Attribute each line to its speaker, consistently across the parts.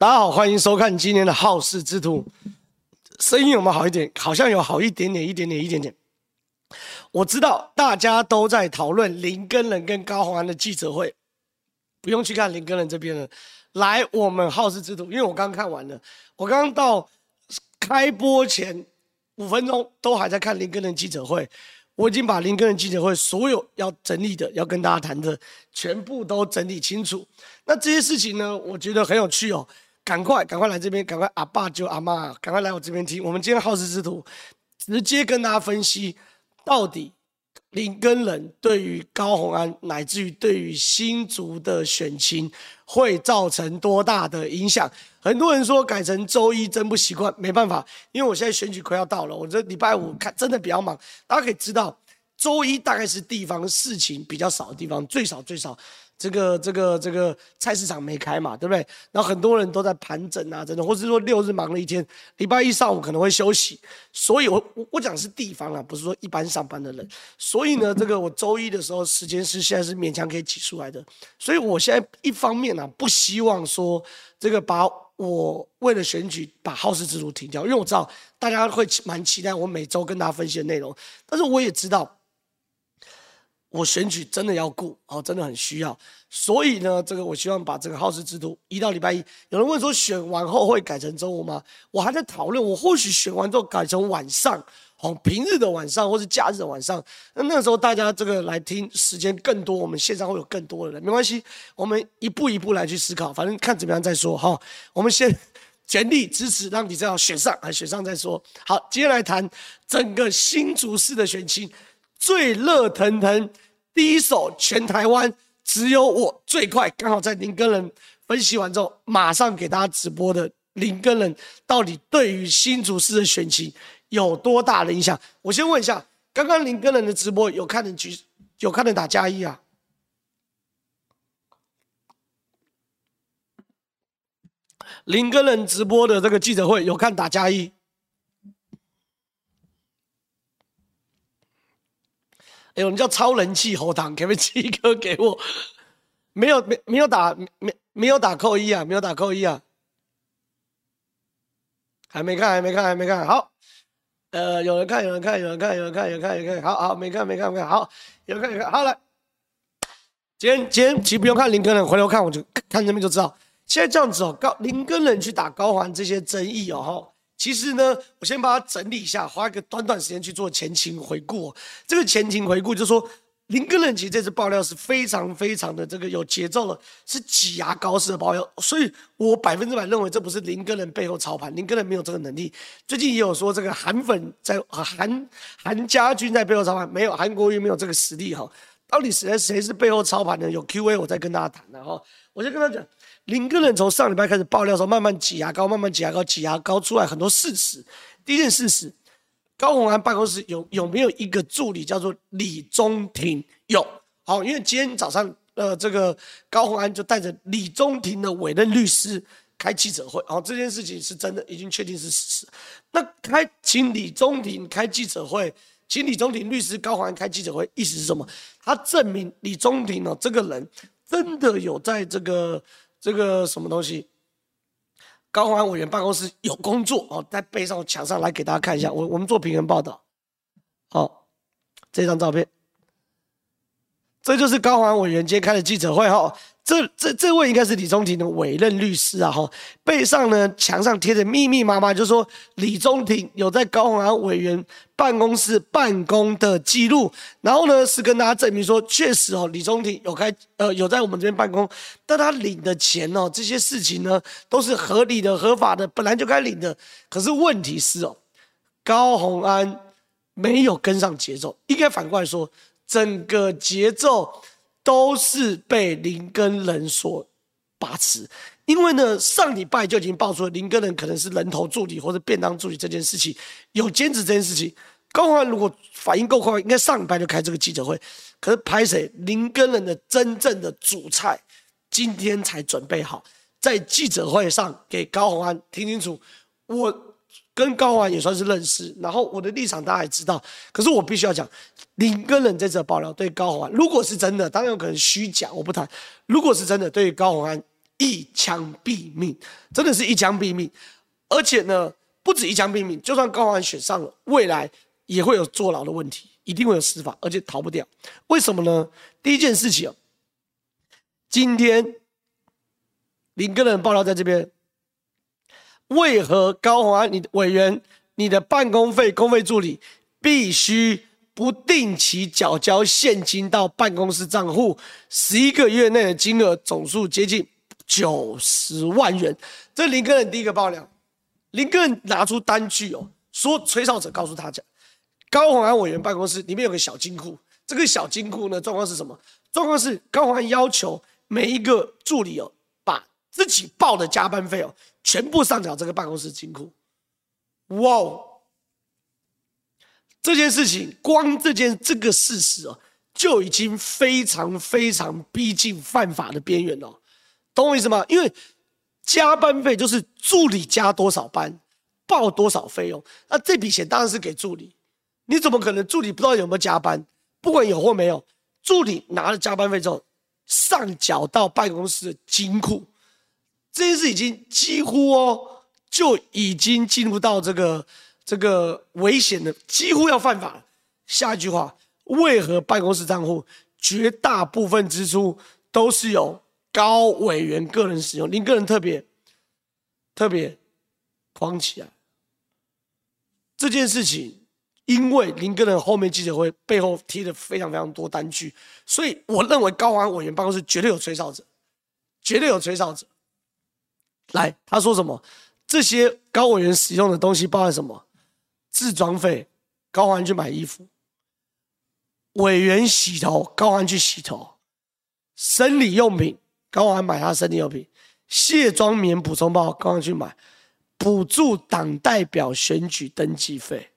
Speaker 1: 大家好，欢迎收看今天的好事之徒。声音有没有好一点？好像有好一点点，一点点。我知道大家都在讨论林耕仁跟高虹安的记者会，不用去看林耕仁这边了。来，我们好事之徒，因为我刚看完了，我刚到开播前5分钟都还在看林耕仁记者会。我已经把林耕仁记者会所有要整理的、要跟大家谈的，全部都整理清楚。那这些事情呢，我觉得很有趣哦。赶快来这边，赶快阿爸救阿妈，赶快来我这边听。我们今天好事之徒直接跟大家分析，到底林耕仁对于高虹安，乃至于对于新竹的选情会造成多大的影响？很多人说改成周一真不习惯，没办法，因为我现在选举快要到了，我这礼拜5看真的比较忙。大家可以知道，周一大概是地方事情比较少的地方，最少。这个菜市场没开嘛，对不对？然后很多人都在盘整啊，真的，或是说6日忙了一天，礼拜1上午可能会休息。所以我讲的是地方啦，不是说一般上班的人。所以呢，这个我周一的时候时间现在是勉强可以挤出来的。所以我现在一方面啊，不希望说这个把我为了选举把好事之徒停掉，因为我知道大家会蛮期待我每周跟大家分析的内容，但是我也知道。我选举真的要顾哦，真的很需要，所以呢，这个我希望把这个好事之徒移到礼拜1。有人问说选完后会改成周五吗？我还在讨论，我或许选完之后改成晚上，平日的晚上或是假日的晚上。那时候大家这个来听时间更多，我们线上会有更多的人，没关系，我们一步一步来去思考，反正看怎么样再说哈。我们先全力支持，让李正浩选上，选上再说。好，接下来谈整个新竹市的选情，最热腾腾。第一手全台湾只有我最快，刚好在林耕仁分析完之后，马上给大家直播的林耕仁到底对于新竹市的选情有多大的影响？我先问一下，刚刚林耕仁的直播有看的打加1啊？林耕仁直播的这个记者会有看打加1？有人叫超人气喉糖，可不可以寄一颗给我？没有打扣1啊，没有打扣1啊，还没看。好，有人看，好，没看，好，有人看，好来。今天其实不用看林耕仁，回头看我就看这边就知道。现在这样子哦，林耕仁去打高虹安这些争议哦，其实呢，我先把它整理一下，花一个短时间去做前情回顾。这个前情回顾就是说，林耕仁其实这次爆料是非常的这个有节奏的，是挤牙膏式的爆料，所以我100%认为这不是林耕仁背后操盘，林耕仁没有这个能力。最近也有说这个韩粉在韩家军在背后操盘，没有，韩国瑜没有这个实力哈。到底谁是背后操盘的？有 Q&A 我再跟大家谈哈。我先跟他讲。林耕仁从上礼拜开始爆料的时候，慢慢挤牙膏出来很多事实。第一件事实，高虹安办公室有没有一个助理叫做李宗廷？有，好，因为今天早上这个高虹安就带着李宗廷的委任律师开记者会，这件事情是真的，已经确定是事实。那请李宗廷开记者会，请李宗廷律师高虹安开记者会，意思是什么？他证明李宗廷这个人真的有在这个什么东西？高虹安委员办公室有工作在背上墙上来给大家看一下。我们做平衡报道，这张照片，这就是高虹安委员今天开的记者会这位应该是李宗廷的委任律师啊背上呢墙上贴着密密麻麻，就说李宗廷有在高虹安委员办公室办公的记录，然后呢是跟大家证明说，确实李宗廷有在我们这边办公，但他领的钱这些事情呢都是合理的、合法的，本来就该领的。可是问题是高虹安没有跟上节奏，应该反过来说，整个节奏都是被林耕仁所把持。因为呢，上礼拜就已经爆出了林耕仁可能是人头助理或者便当助理这件事情，有兼职这件事情。高虹安如果反应够快，应该上礼拜就开这个记者会。可是拍谁？林耕仁的真正的主菜，今天才准备好，在记者会上给高虹安听清楚。我跟高虹安也算是认识，然后我的立场大家也知道。可是我必须要讲，林耕仁这次的爆料对高虹安，如果是真的，当然有可能虚假，我不谈。如果是真的，对于高虹安一枪毙命，真的是一枪毙命。而且呢，不止一枪毙命，就算高虹安选上了，未来也会有坐牢的问题，一定会有司法，而且逃不掉。为什么呢？第一件事情今天林根人爆料在这边，为何高虹安委员你的办公费、公费助理必须不定期缴交现金到办公室账户，11个月内的金额总数接近90万元？这林根人第一个爆料，林根人拿出单据说吹哨者告诉他讲，高虹安委员办公室里面有个小金库，这个小金库呢，状况是什么？状况是高虹安要求每一个助理把自己报的加班费全部上缴这个办公室金库。哇！这件事情，光这个事实就已经非常非常逼近犯法的边缘了，懂我意思吗？因为加班费就是助理加多少班，报多少费用，那这笔钱当然是给助理。你怎么可能助理不知道有没有加班？不管有或没有，助理拿了加班费之后，上缴到办公室的金库，这件事已经几乎就已经进入到这个危险的，几乎要犯法了。下一句话，为何办公室账户绝大部分支出都是由高委员个人使用？林个人特别框起来这件事情，因为林个人后面记者会背后贴了非常非常多单据，所以我认为高虹安委员办公室绝对有吹哨者，绝对有吹哨者。来，他说什么？这些高委员使用的东西包含什么？自装费，高虹安去买衣服；委员洗头，高虹安去洗头；生理用品，高虹安买他生理用品；卸妆棉补充包，高虹安去买；补助党代表选举登记费。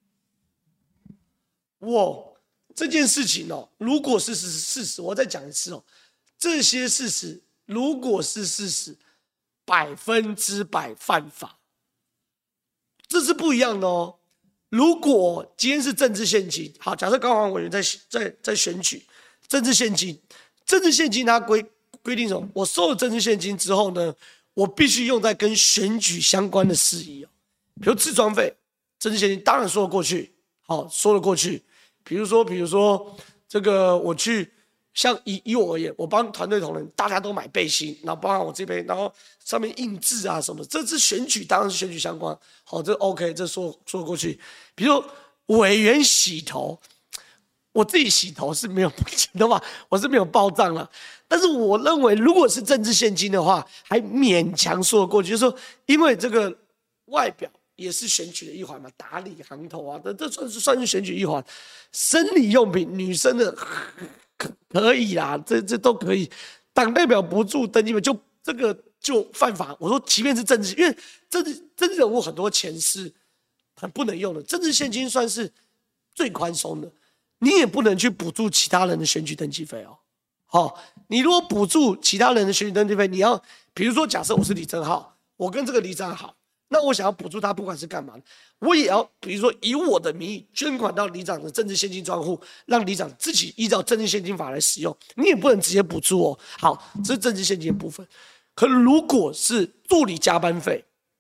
Speaker 1: 哇，这件事情如果是事实，我再讲一次这些事实如果是事实，100%犯法，这是不一样的如果今天是政治现金，好，假设高虹安委员在选举，政治现金它规定什么？我收了政治现金之后呢，我必须用在跟选举相关的事宜比如自装费，政治现金当然说得过去，好，说得过去。比如说这个我去。像以我而言，我帮团队同仁，大家都买背心，然后包含我这边，然后上面印字啊什么，这是选举，当然是选举相关。好，这 OK， 这说过去。比如说委员洗头，我自己洗头是没有剪头发，我是没有报账了。但是我认为，如果是政治现金的话，还勉强说得过去，就是说，因为这个外表也是选举的一环嘛，打理行头啊，这算是选举一环。生理用品，女生的。可以啦，这都可以。党代表补助登记费，就这个就犯法。我说，即便是政治，因为政治人物很多钱是很不能用的，政治现金算是最宽松的。你也不能去补助其他人的选举登记费好，你如果补助其他人的选举登记费，你要比如说，假设我是李正浩，我跟这个李长好。那我想要补助他，不管是干嘛，我也要比如说以我的名义捐款到里长的政治现金专户，让里长自己依照政治现金法来使用。你也不能直接补助好，这是政治现金的部分。可如果是助理加班费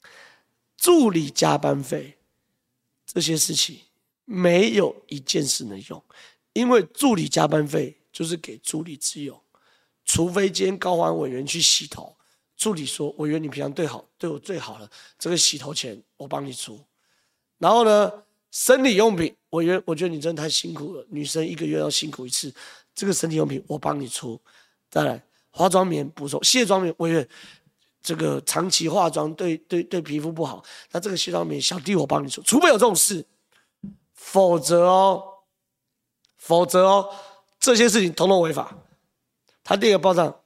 Speaker 1: 这些事情，没有一件事能用，因为助理加班费就是给助理之用，除非今天高虹安委员去洗头。助理说：“委员，你平常对我最好了，这个洗头钱我帮你出。然后呢，生理用品，委员，我觉得你真的太辛苦了，女生1个月要辛苦1次，这个生理用品我帮你出。再来，化妆棉补充，卸妆棉，委员，这个长期化妆对皮肤不好，那这个卸妆棉小弟我帮你出，除非有这种事，否则这些事情统统违法。他第二个报账。”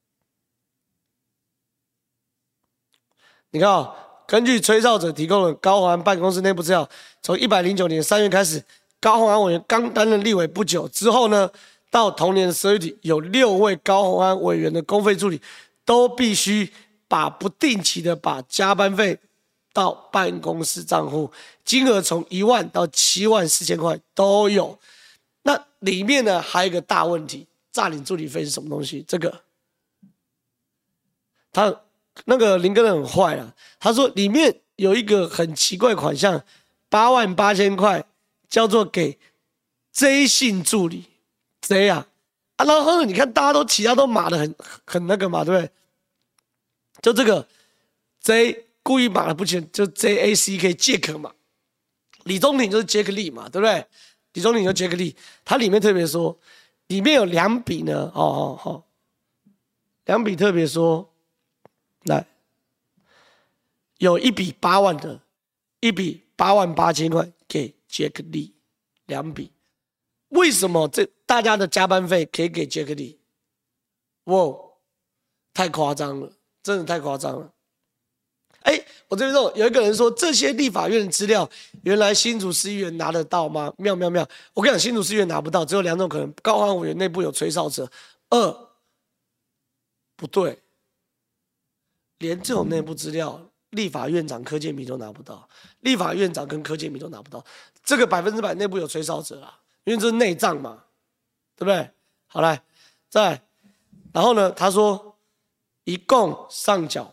Speaker 1: 你看根据吹哨者提供的高虹安办公室内部资料，从109年3月开始，高虹安委员刚担任立委不久之后呢，到同年12月底，有6位高虹安委员的公费助理都必须不定期的把加班费到办公室账户，金额从1万到7万4千块都有。那里面呢还有一个大问题，诈领助理费是什么东西？ 他那个林根人很坏啦，他说里面有一个很奇怪款项，88000块，叫做给 J 姓助理 J 啊，然后你看大家都其他都码的很那个嘛，对不对？就这个 J 故意码的不清，就 JACK Jack 嘛，李宗廷就是杰克利嘛，对不对？李宗廷就杰克利，他里面特别说，里面有2笔呢，2笔特别说，来，有一笔8万的，一笔88000块给杰克利，2笔。为什么大家的加班费可以给杰克利？哇，太夸张了，真的太夸张了。我这边说有一个人说，这些立法院的资料，原来新竹市议员拿得到吗？妙妙妙！我跟你讲，新竹市议员拿不到，只有2种可能：高虹安委员内部有吹哨者；2，不对，连这种内部资料，立法院长柯建铭都拿不到，立法院长跟柯建铭都拿不到，这个100%内部有吹哨者啦，因为这是内账嘛，对不对？好来，再来，然后呢，他说一共上缴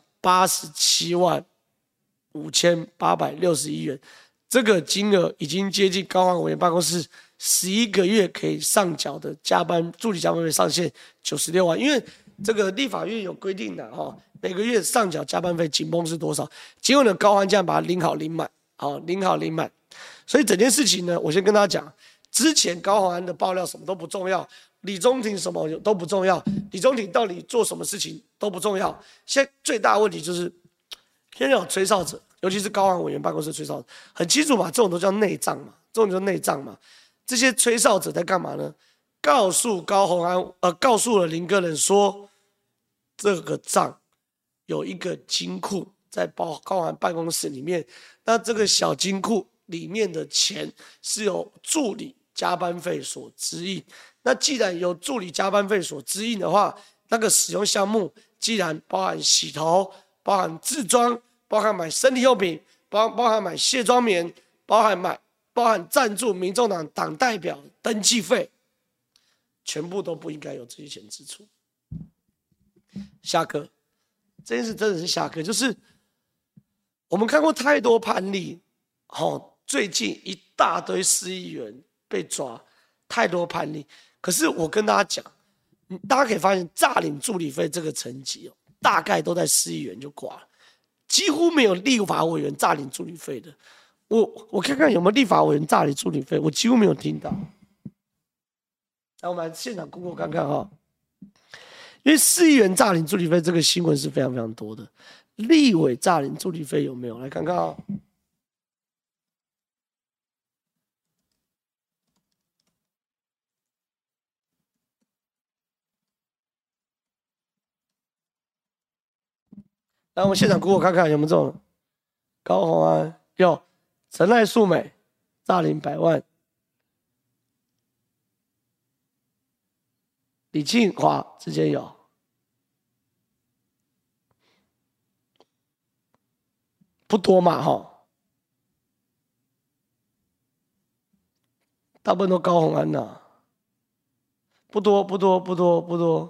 Speaker 1: 875861元，这个金额已经接近高虹委员办公室11个月可以上缴的助理加班费上限96万，因为这个立法院有规定的每个月上缴加班费紧绷是多少？结果呢，高虹这样把它领好领满，所以整件事情呢，我先跟大家讲，之前高虹安的爆料什么都不重要，李宗廷什么都不重要，李宗廷到底做什么事情都不重要，现在最大的问题就是现在有吹哨者，尤其是高虹委员办公室吹哨者，很清楚嘛，这种都叫内账嘛，这些吹哨者在干嘛呢？告诉高虹安，告诉了林根人说，这个账有一个金库在高虹安办公室里面，那这个小金库里面的钱是由助理加班费所支应。那既然有助理加班费所支应的话，那个使用项目既然包含洗头、包含自装、包含买生理用品、包含买卸妆棉、包含赞助民众党党代表登记费，全部都不应该有这些钱支出。下课，这件事真的是下课，就是我们看过太多判例，最近一大堆市议员被抓，太多判例。可是我跟大家讲，大家可以发现，诈领助理费这个层级大概都在市议员就挂了，几乎没有立法委员诈领助理费的。我看看有没有立法委员诈领助理费，我几乎没有听到。来，我们来现场 Google 看看因为市议员诈领助理费这个新闻是非常非常多的，立委诈领助理费有没有？来看看来，我们现场 Google 看看有没有这种高虹安有陈赖素美诈领100万，李庆华之间有，不多嘛大部分都高虹安呐，不多。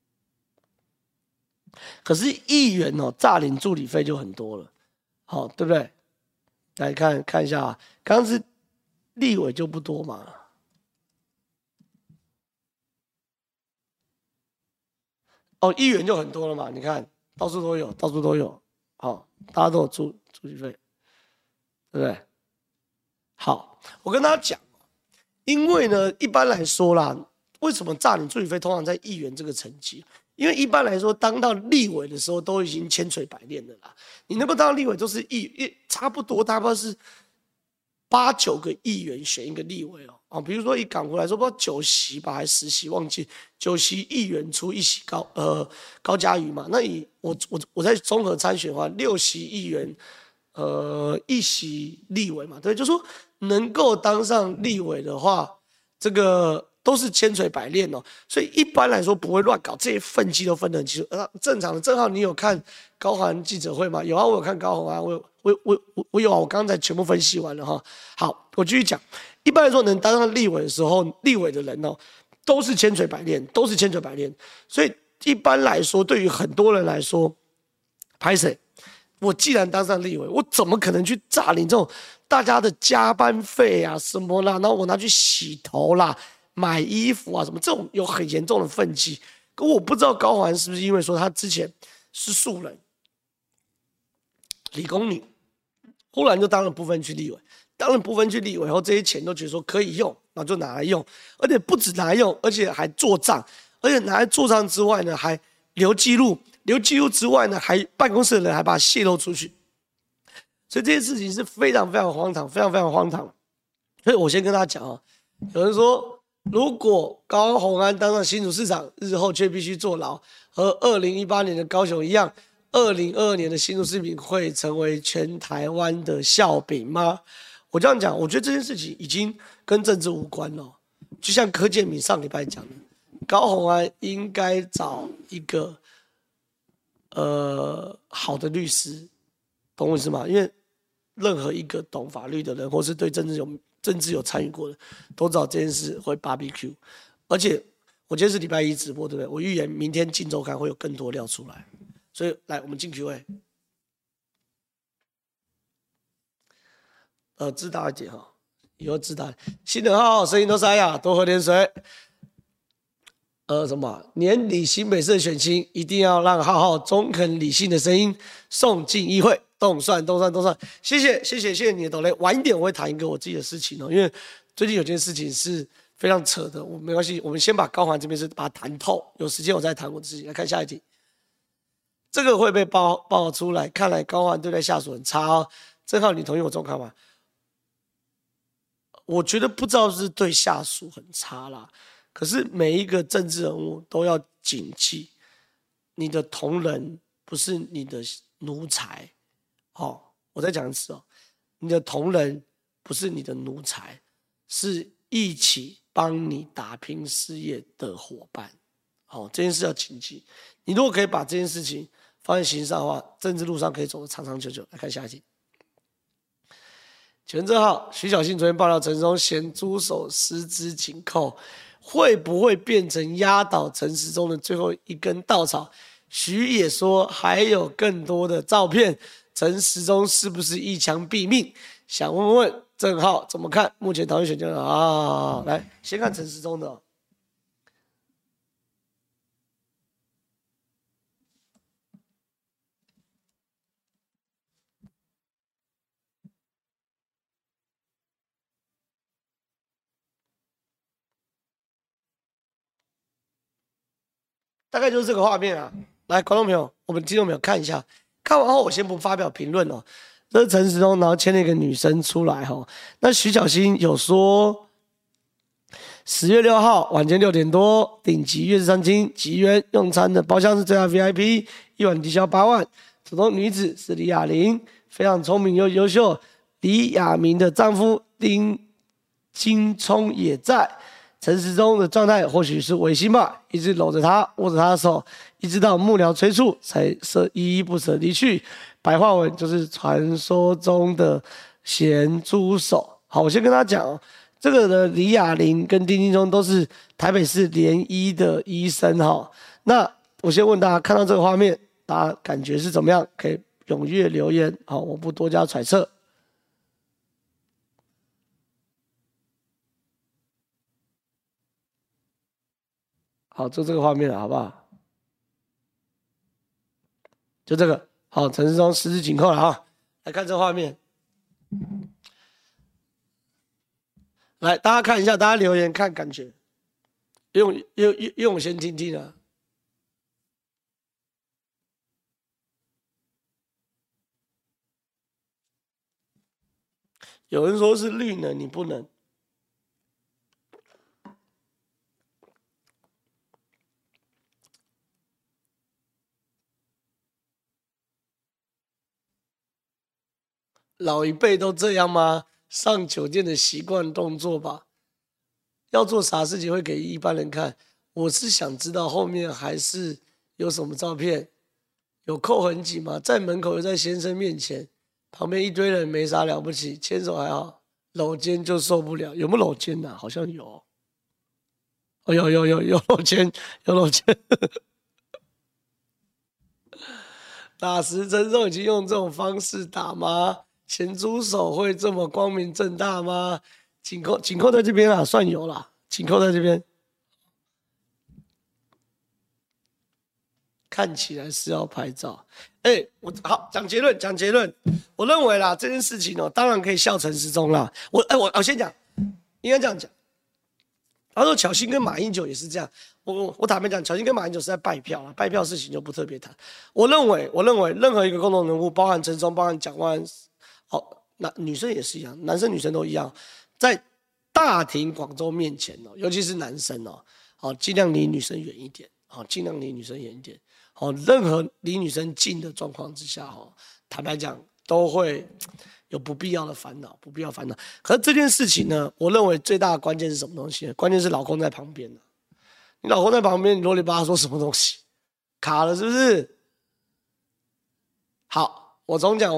Speaker 1: 可是议员诈领助理费就很多了，对不对？来看一下刚刚是立委就不多嘛，议员就很多了嘛，你看到处都有，大家都有助理费，对不对？好，我跟大家讲，因为呢，一般来说啦，为什么诈领助理费通常在议员这个层级？因为一般来说，当到立委的时候都已经千锤百炼的啦。你能够当到立委，都是差不多是8、9个议员选一个立委比如说以港湖来说，不知道9席吧，还是10席，忘记9席议员出1席高嘉瑜嘛。那以我在综合参选的话，6席议员，1席立委嘛，对，就说能够当上立委的话，这个都是千锤百炼所以一般来说不会乱搞，这些分级都分得很清楚。正常的，正好你有看高虹安记者会吗？有啊，我有看高虹安，我有啊，我刚才全部分析完了好，我继续讲。一般来说，能当上立委的时候，立委的人都是千锤百炼，所以一般来说，对于很多人来说， 拍谁？我既然当上立委，我怎么可能去诈领这种大家的加班费啊什么啦？然后我拿去洗头啦、买衣服啊什么，这种有很严重的愤气。可我不知道高虹安是不是因为说他之前是素人、理工女，忽然就当了不分区立委。当了不分区立委后，这些钱都觉得说可以用，然后就拿来用，而且不止拿来用，而且还做账，而且拿来做账之外呢，还留记录，留记录之外呢，还办公室的人还把它泄露出去，所以这件事情是非常非常荒唐，非常非常荒唐。所以我先跟大家讲啊，有人说，如果高虹安当上新竹市长，日后却必须坐牢，和2018年的高雄一样，2022年的新竹市民会成为全台湾的笑柄吗？我这样讲，我觉得这件事情已经跟政治无关了。就像柯建铭上礼拜讲的，高虹安应该找一个好的律师，懂我意思吗？因为任何一个懂法律的人，或是对政治有参与过的，都知道这件事会 BBQ。而且我今天是礼拜一直播，对不对？我预言明天《镜周刊》会有更多料出来，所以来我们进 Q&A。知道一点哈，以后知道。新人号声音都沙哑，多喝点水。什么？年底新北市的选情一定要让浩浩中肯理性的声音送进议会，动算。谢谢你的抖内。晚一点我会谈一个我自己的事情哦，因为最近有件事情是非常扯的，没关系，我们先把高虹这边是把它谈透，有时间我再谈我自己。来看下一题，这个会被爆出来，看来高虹对待下属很差哦。正浩，你同意我这种看法？我觉得不知道是对下属很差啦，可是每一个政治人物都要谨记，你的同仁不是你的奴才。哦，我再讲一次哦，你的同仁不是你的奴才，是一起帮你打拼事业的伙伴。哦，这件事要谨记。你如果可以把这件事情放在心上的话，政治路上可以走得长长久久。来看下一题。请问正浩，徐小新昨天爆料陈时中咸猪手失之紧扣，会不会变成压倒陈时中的最后一根稻草？徐也说还有更多的照片，陈时中是不是一枪毙命？想问问正浩怎么看目前桃园选情啊？来，先看陈时中的哦。大概就是这个画面啊。来，观众朋友，我们听众朋友看一下。看完后，我先不发表评论哦。这是陈时中，然后牵了一个女生出来哈。那徐小新有说，10月6号晚间6点多，顶级月子餐厅吉园用餐的包厢是最大 VIP， 一晚低消8万。主动女子是李雅玲，非常聪明又优秀。李雅明的丈夫丁金聪也在。陈时中的状态或许是违心吧，一直搂着他，握着他的手，一直到幕僚催促才依依不舍离去。白话文就是传说中的咸猪手。好，我先跟他讲哦，这个的李雅玲跟丁金聪都是台北市联医的医生哈。那我先问大家，看到这个画面，大家感觉是怎么样？可以踊跃留言，好，我不多加揣测。好，就这个画面了，好不好？就这个，好，陈时中十指紧扣了啊！来看这个画面，来大家看一下，大家留言看感觉，用我先听听啊。有人说是绿能，你不能。老一辈都这样吗？上酒店的习惯动作吧。要做啥事情会给一般人看？我是想知道后面还是有什么照片，有扣痕迹吗？在门口又在先生面前，旁边一堆人没啥了不起，牵手还好，搂肩就受不了。有没有搂肩啊？好像有。哦，有搂肩，有搂肩。 打时针都已经用这种方式打吗？咸猪手会这么光明正大吗？紧扣在这边啦，算有啦，紧扣在这边，看起来是要拍照。我好讲结论，我认为啦，这件事情当然可以笑陈时中啦。我先讲，应该这样讲。他说巧芯跟马英九也是这样，我坦白讲，巧芯跟马英九是在拜票啦，拜票事情就不特别谈。我认为任何一个共同人物，包含陈松，包含蒋万安，那女生也是一样，男生女生都一样，在大庭广众面前尤其是男生尽量离女生远一点，尽量离女生远一点，任何离女生近的状况之下坦白讲都会有不必要的烦恼，可是这件事情呢，我认为最大的关键是什么东西呢？关键是老公在旁边你老公在旁边，你啰里吧嗦说什么东西，卡了是不是？好，我重讲。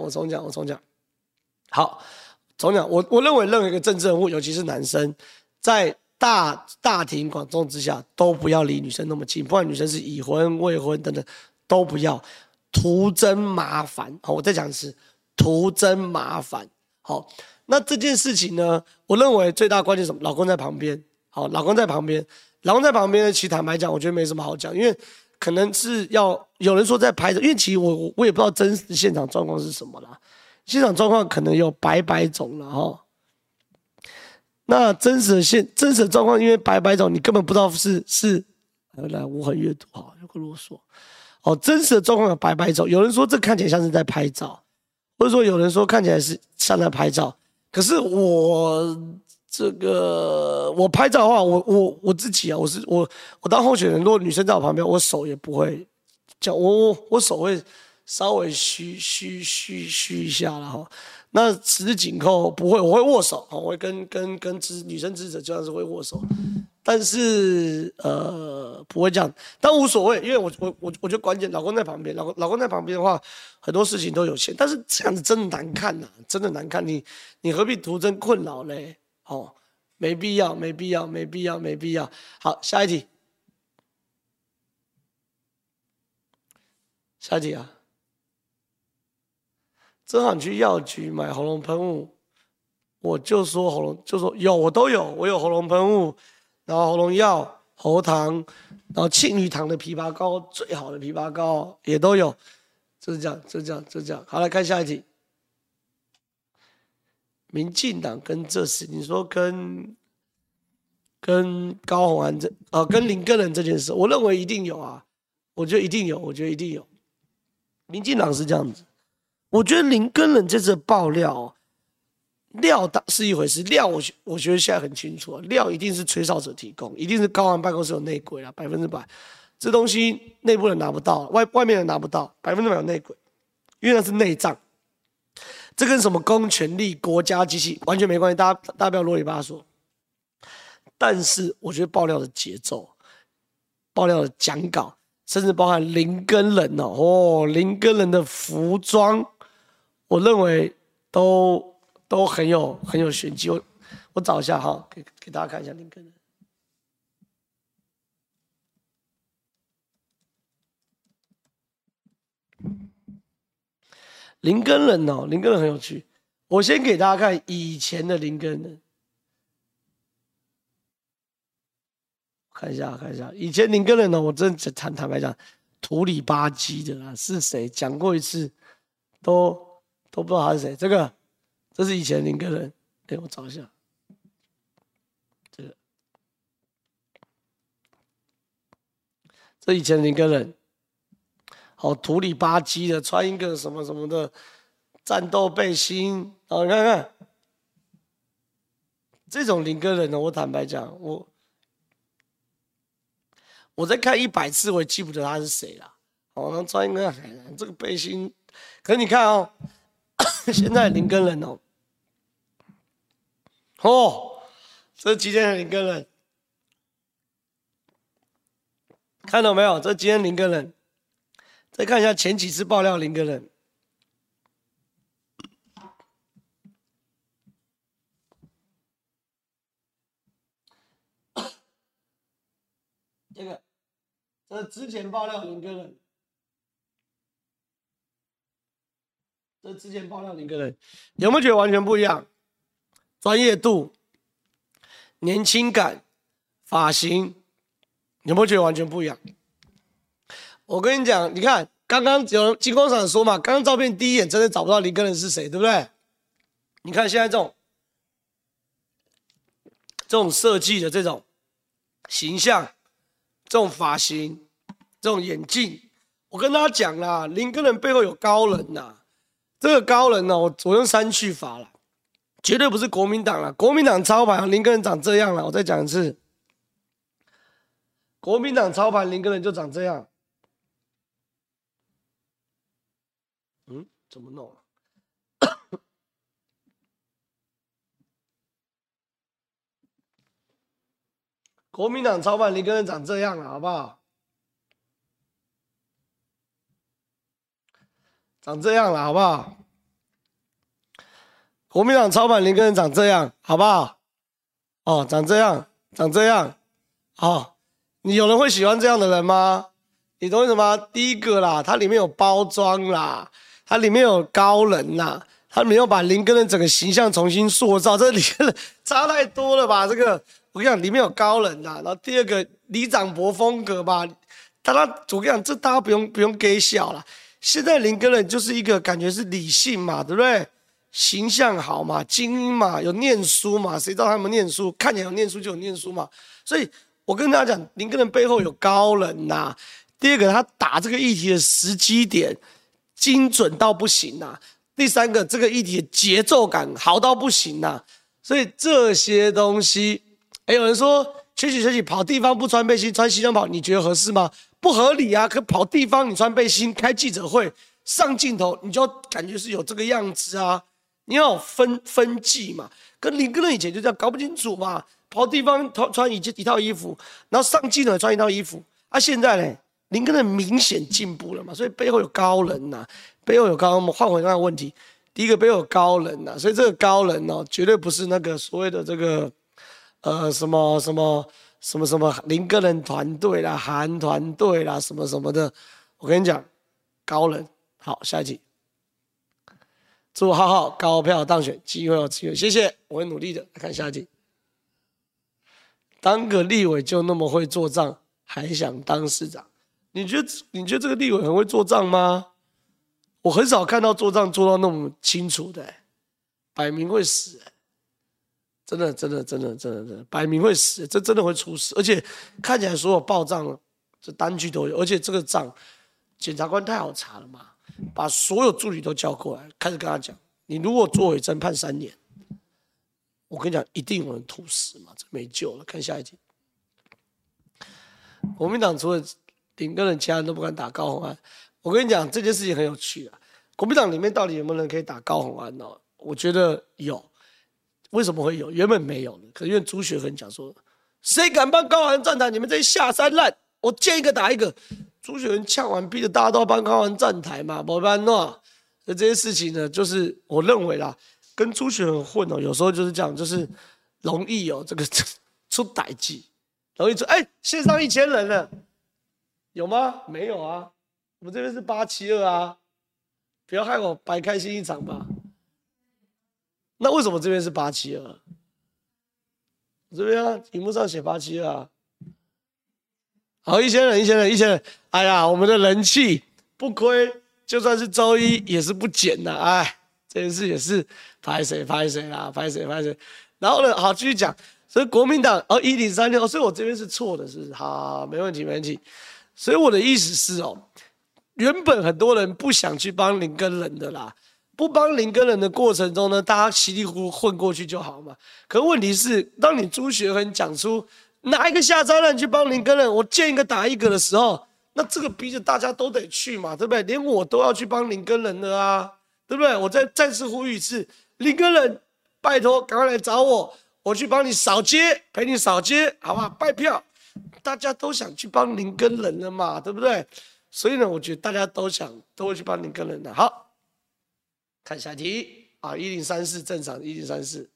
Speaker 1: 好，重讲。我认为任何一个政治人物，尤其是男生，在大庭广众之下，都不要离女生那么近，不管女生是已婚、未婚等等，都不要，徒增麻烦。好，我再讲一次，徒增麻烦。好，那这件事情呢，我认为最大关键是什么？老公在旁边。好，老公在旁边呢，其实坦白讲，我觉得没什么好讲，因为可能是要有人说在拍着，因为其实我也不知道真实现场状况是什么啦。现场状况可能有百种了那真实的状况，因为百种，你根本不知道是来无痕阅读有个啰嗦真实的状况有百种，有人说这看起来像是在拍照，或者说有人说看起来是像在拍照，可是我拍照的话，我自己我当候选人，如果女生在我旁边，我手也不会这样，我手会稍微虚一下了那十指紧扣不会，我会握手我会跟女生支持者就算是会握手，但是不会这样，但无所谓，因为我觉得关键老公在旁边，老公在旁边的话，很多事情都有限，但是这样子真的难看真的难看，你何必徒增困扰嘞？没必要。好，下一题正好你去药局买喉咙喷雾，我就说有，我都有，我有喉咙喷雾，然后喉咙药、喉糖，然后庆余堂的枇杷膏，最好的枇杷膏也都有，就是这样。好，来看下一题。民进党跟这事，你说跟高虹安跟林根人这件事，我认为一定有我觉得一定有。民进党是这样子。我觉得林根人这次的爆料，料是一回事，料我觉得现在很清楚料一定是吹哨者提供，一定是高安办公室有内鬼100%，这东西内部人拿不到，外面人拿不到，100%有内鬼，因为那是内账，这跟什么公权力、国家机器完全没关系，大家不要啰里吧嗦。但是我觉得爆料的节奏、爆料的讲稿，甚至包含林根人林根人的服装。我认为都很有玄机，我找一下给大家看一下林根人。林根人很有趣，我先给大家看以前的林根人，看一下，以前林根人我真的坦白讲，土里吧唧的是谁？讲过一次都不知道他是谁。这是以前林根人，我找一下，这以前林根人，土里吧唧的，穿一个什么什么的战斗背心，你看看这种林根人我坦白讲，我再看100次，我也记不得他是谁啦。穿一个这个背心，可是你看现在林根人这是今天的林根人，看到没有？这是今天林根人。再看一下前几次爆料林根人，这之前爆料林根人， 这之前爆料林根人，有没有觉得完全不一样？专业度、年轻感、发型，有没有觉得完全不一样？我跟你讲，你看刚刚有金光厂说嘛，刚刚照片第一眼真的找不到林根人是谁，对不对？你看现在这种设计的这种形象、这种发型、这种眼镜，我跟大家讲啦，林根人背后有高人呐。这个高人呢，我用删去法了，绝对不是国民党啦。国民党操盘林根人长这样了，我再讲一次，国民党操盘林根人就长这样。怎么弄啊？国民党操盘林根人长这样了，好不好？长这样了，好不好？国民党操盘林根人长这样，好不好？哦，长这样，长这样。哦，你有人会喜欢这样的人吗？你懂为什么？第一个啦，它里面有包装啦，它里面有高人啦，它没有把林根人整个形象重新塑造，这里差太多了吧？这个我跟你讲，里面有高人啦。然后第二个李长博风格吧，我跟你讲，这大家不用给笑啦。现在林根人就是一个感觉是理性嘛，对不对？形象好嘛，精英嘛，有念书嘛，谁知道他们念书？看起来有念书就有念书嘛。所以我跟大家讲，林根人背后有高人呐。第二个，他打这个议题的时机点精准到不行呐。第三个，这个议题的节奏感好到不行呐。所以这些东西，有人说学习跑地方不穿背心穿西装跑，你觉得合适吗？不合理啊！可跑地方你穿背心开记者会上镜头，你就感觉是有这个样子啊。你要有分际嘛，跟林根人以前就这样搞不清楚嘛。跑地方穿一套衣服，然后上镜头穿一套衣服。现在呢，林根人明显进步了嘛，所以背后有高人呐，背后有高人。我们换回那个问题，第一个背后有高人呐，所以这个高人哦，绝对不是那个所谓的这个什么林根人团队啦、韩团队啦什么什么的。我跟你讲，高人。好，下一题。祝浩浩高票当选，机会有机会，谢谢，我会努力的。来看下一题。当个立委就那么会做账，还想当市长？你觉得这个立委很会做账吗？我很少看到做账做到那么清楚的，摆明会死，真的，摆明会死，这真的会出事，而且看起来所有报账这单据都有，而且这个账检察官太好查了嘛。把所有助理都叫过来，开始跟他讲：你如果作伪真判3年，我跟你讲，一定有人吐死嘛，这没救了。看下一题。国民党除了林根人，其他人都不敢打高虹安。我跟你讲，这件事情很有趣啊。国民党里面到底有没有人可以打高虹安呢？我觉得有。为什么会有？原本没有的，可是因为朱学恒讲说，谁敢帮高虹安站台？你们这些下三滥，我见一个打一个。朱学恒呛完，逼着大家都要帮高虹安站台嘛，没办法。这些事情呢，就是我认为啦，跟朱学恒混有时候就是这样，就是容易这个出歹计，容易出线上1000人了，有吗？没有啊，我们这边是872啊，不要害我白开心一场吧。那为什么这边是872？我这边啊，屏幕上写872啊。好，1000人，哎呀，我们的人气不亏，就算是周一也是不减的，这件事也是拍谁啦，拍谁。然后呢，好，继续讲，所以国民党1036，所以我这边是错的，是不是？好，没问题。所以我的意思是原本很多人不想去帮林根人的啦，不帮林根人的过程中呢，大家稀里糊涂混过去就好嘛。可问题是，当你朱学恒讲出哪一个下三滥去帮林根人，我见一个打一个的时候，那这个逼着大家都得去嘛，对不对？连我都要去帮林根人的啊，对不对？我再次呼吁一次，林根人，拜托赶快来找我，我去帮你扫街，陪你扫街，好不好？拜票，大家都想去帮林根人了嘛，对不对？所以呢，我觉得大家都会去帮林根人的。好，看下题1034正常1034，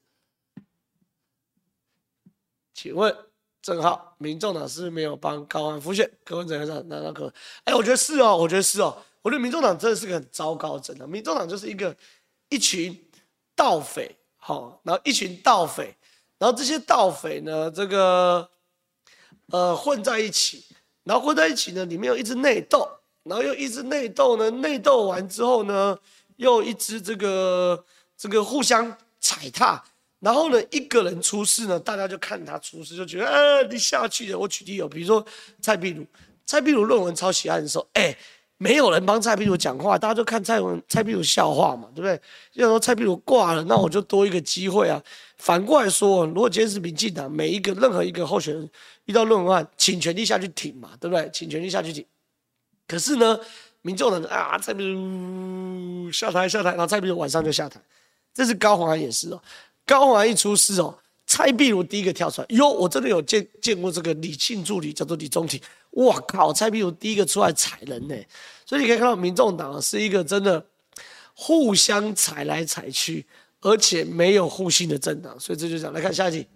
Speaker 1: 请问郑浩，民众党是不是没有帮高虹安辅选？柯文哲上拿到柯？我觉得是哦， 我觉得民众党真的是个很糟糕的政党。民众党就是一群盗匪，好，然后一群盗匪，然后这些盗匪呢，这个混在一起，然后混在一起呢，里面有一直内斗，然后又一直内斗呢，内斗完之后呢，又一直这个互相踩踏。然后呢，一个人出事呢，大家就看他出事，就觉得你下去了。我举例比如说蔡壁如论文抄袭案的时候，没有人帮蔡壁如讲话，大家就看蔡壁如笑话嘛，对不对？就说蔡壁如挂了，那我就多一个机会啊。反过来说，如果今天是民进党，任何一个候选人遇到论文案，请全力下去挺嘛，对不对？请全力下去挺。可是呢，民众党蔡壁如下台，然后蔡壁如晚上就下台，这是高虹安也是哦。高虹安一出事哦，蔡壁如第一个跳出来，我真的有见过这个李庆助理叫做李宗廷，哇靠，蔡壁如第一个出来踩人呢，所以你可以看到民众党是一个真的互相踩来踩去，而且没有互信的政党，所以这就讲来看下一题。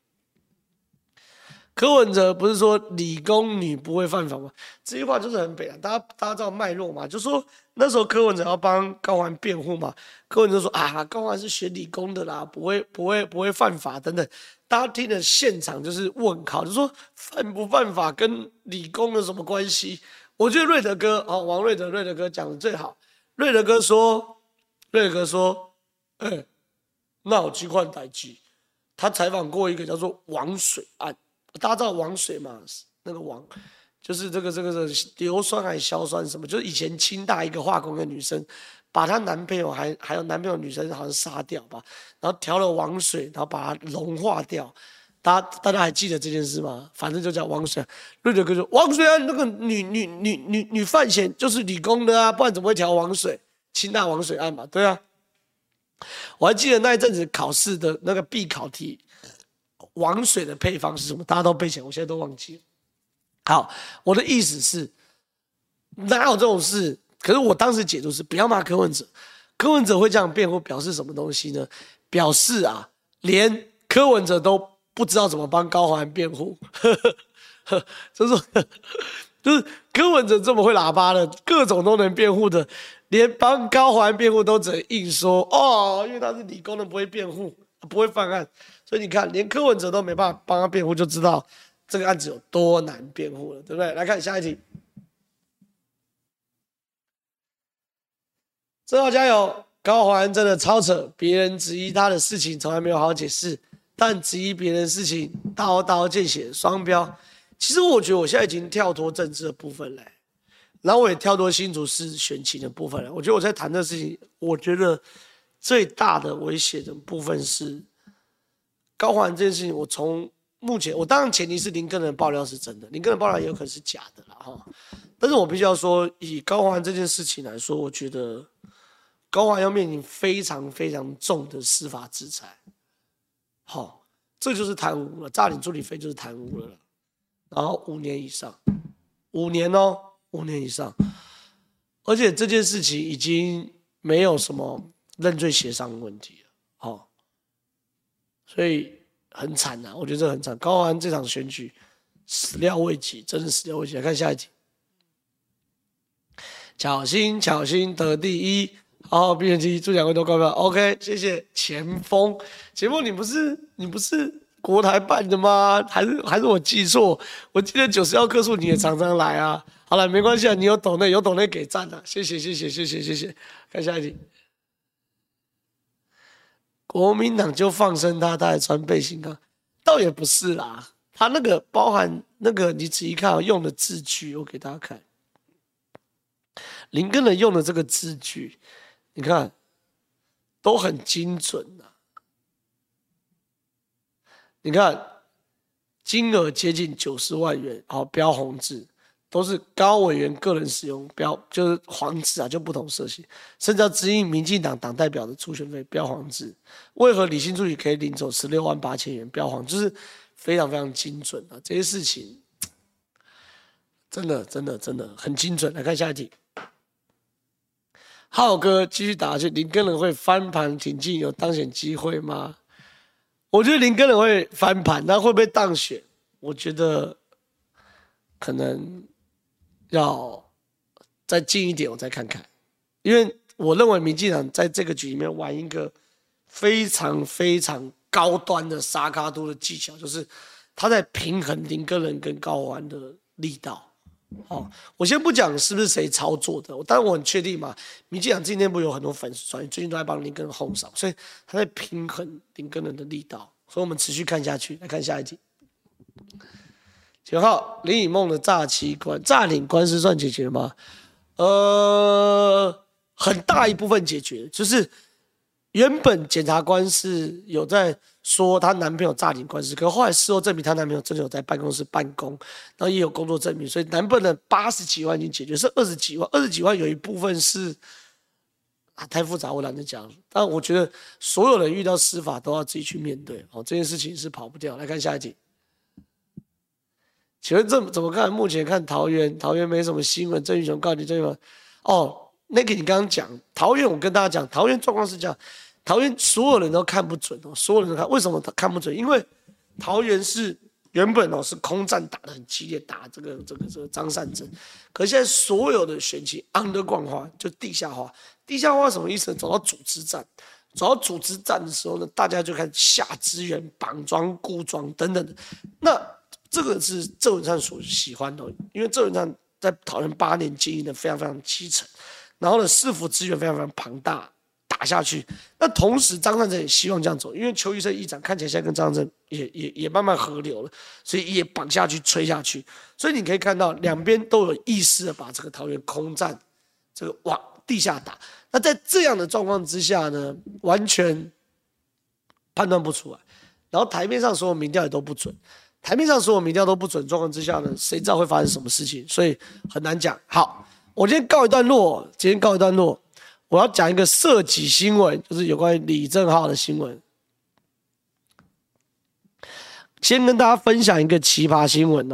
Speaker 1: 柯文哲不是说理工女不会犯法吗？这句话就是很北蓝，大家知道脉络嘛？就说那时候柯文哲要帮高虹安辩护嘛，柯文哲说高虹安是学理工的啦，不会犯法等等。大家听的现场就是问号，就说犯不犯法跟理工有什么关系？我觉得瑞德哥王瑞德哥讲的最好。瑞德哥说，那有几款代志，他采访过一个叫做王水案。大家知道王水嘛？那个王就是这个硫酸还是硝酸什么？就是以前清大一个化工的女生，把她男朋友还有男朋友女生好像杀掉吧，然后调了王水，然后把它融化掉。大家还记得这件事吗？反正就叫王水。瑞德哥说，王水案那个女犯嫌就是理工的啊，不然怎么会调王水？清大王水案嘛，对啊。我还记得那一阵子考试的那个必考题。王水的配方是什么？大家都背起来，我现在都忘记了。好，我的意思是，哪有这种事？可是我当时解读是，不要骂柯文哲。柯文哲会这样辩护，表示什么东西呢？表示连柯文哲都不知道怎么帮高虹安辩护。就是柯文哲这么会喇叭的，各种都能辩护的，连帮高虹安辩护都只能硬说因为他是理工的，不会辩护，不会犯案。所以你看，连柯文哲都没办法帮他辩护，就知道这个案子有多难辩护了，对不对？来看下一题。正好加油，高虹安真的超扯，别人质疑他的事情从来没有好好解释，但质疑别人的事情刀刀见血，双标。其实我觉得我现在已经跳脱政治的部分了，然后我也跳脱新竹市选情的部分了。我觉得我在谈这事情，我觉得最大的威胁的部分是。高虹安这件事情，我从目前，我当然前提是林根人爆料是真的，林根人爆料也有可能是假的啦哈。但是我必须要说，以高虹安这件事情来说，我觉得高虹安要面临非常非常重的司法制裁。好，这就是贪污了，诈领助理费就是贪污了，然后5年以上，5年哦，5年以上，而且这件事情已经没有什么认罪协商的问题了，好。所以很惨我觉得这很惨。高虹安这场选举始料未及，真的始料未及。来看下一题，巧心得第一，好，B 人机助奖会都高票 ，OK， 谢谢前锋，你不是国台办的吗？还是我记错？我记得91客数你也常常来啊。好了，没关系你有抖内给赞谢谢。看下一题。国民党就放生他还穿背心啊？倒也不是啦，他那个包含那个你仔细看用的字句，我给大家看。林根人用的这个字句，你看都很精准你看金额接近90万元，标红字。都是高委员个人使用标，就是黄字就不同色系，甚至要指引民进党党代表的初选费标黄字。为何李新助理可以领走168000元标黄，就是非常非常精准这些事情真的很精准。来看下一题，浩哥继续打下去，林根人会翻盘挺进有当选机会吗？我觉得林根人会翻盘，那会不会当选？我觉得可能。 再近一点我再看看，因为我认为民进党在这个局里面玩一个非常非常高端的沙卡都的技巧，就是他在平衡林耕仁跟高虹安的力道。哦，我先不讲是不是谁操作的，当然我很确定嘛，民进党今天不有很多粉丝专页最近都在帮林耕仁轰扫，所以他在平衡林耕仁的力道，所以我们持续看下去，来看下一题。9号林以梦的诈领官司算解决吗？很大一部分解决，就是原本检察官是有在说她男朋友诈领官司，可后来事后证明她男朋友真的有在办公室办公，然后也有工作证明，所以男本的80几万已经解决，是20几万，20几万有一部分是太复杂，我懒得讲。但我觉得所有人遇到司法都要自己去面对，这件事情是跑不掉。来看下一题。请问这怎么看？目前看桃园没什么新闻。郑义雄告你郑义雄，那个你刚刚讲桃园，我跟大家讲，桃园状况是这样，桃园所有人都看不准所有人都看，为什么看不准？因为桃园是原本是空战打得很激烈，打这个张善政，可是现在所有的选情 underground 化，就地下化。地下化什么意思呢？走到组织战的时候呢，大家就开始下资源、绑桩、固桩等等的。那这个是郑文灿所喜欢的，因为郑文灿在桃园8年经营的非常非常基层，然后呢，市府资源非常非常庞大，打下去。那同时张善政也希望这样走，因为邱医生议长看起来现在跟张善政也慢慢合流了，所以也绑下去、吹下去。所以你可以看到两边都有意识的把这个桃园空战这个往地下打。那在这样的状况之下呢，完全判断不出来。然后台面上所有民调也都不准。台面上所有民调都不准状况之下呢，谁知道会发生什么事情？所以很难讲。好，我今天告一段落。我要讲一个涉及新闻，就是有关于李正皓的新闻。先跟大家分享一个奇葩新闻。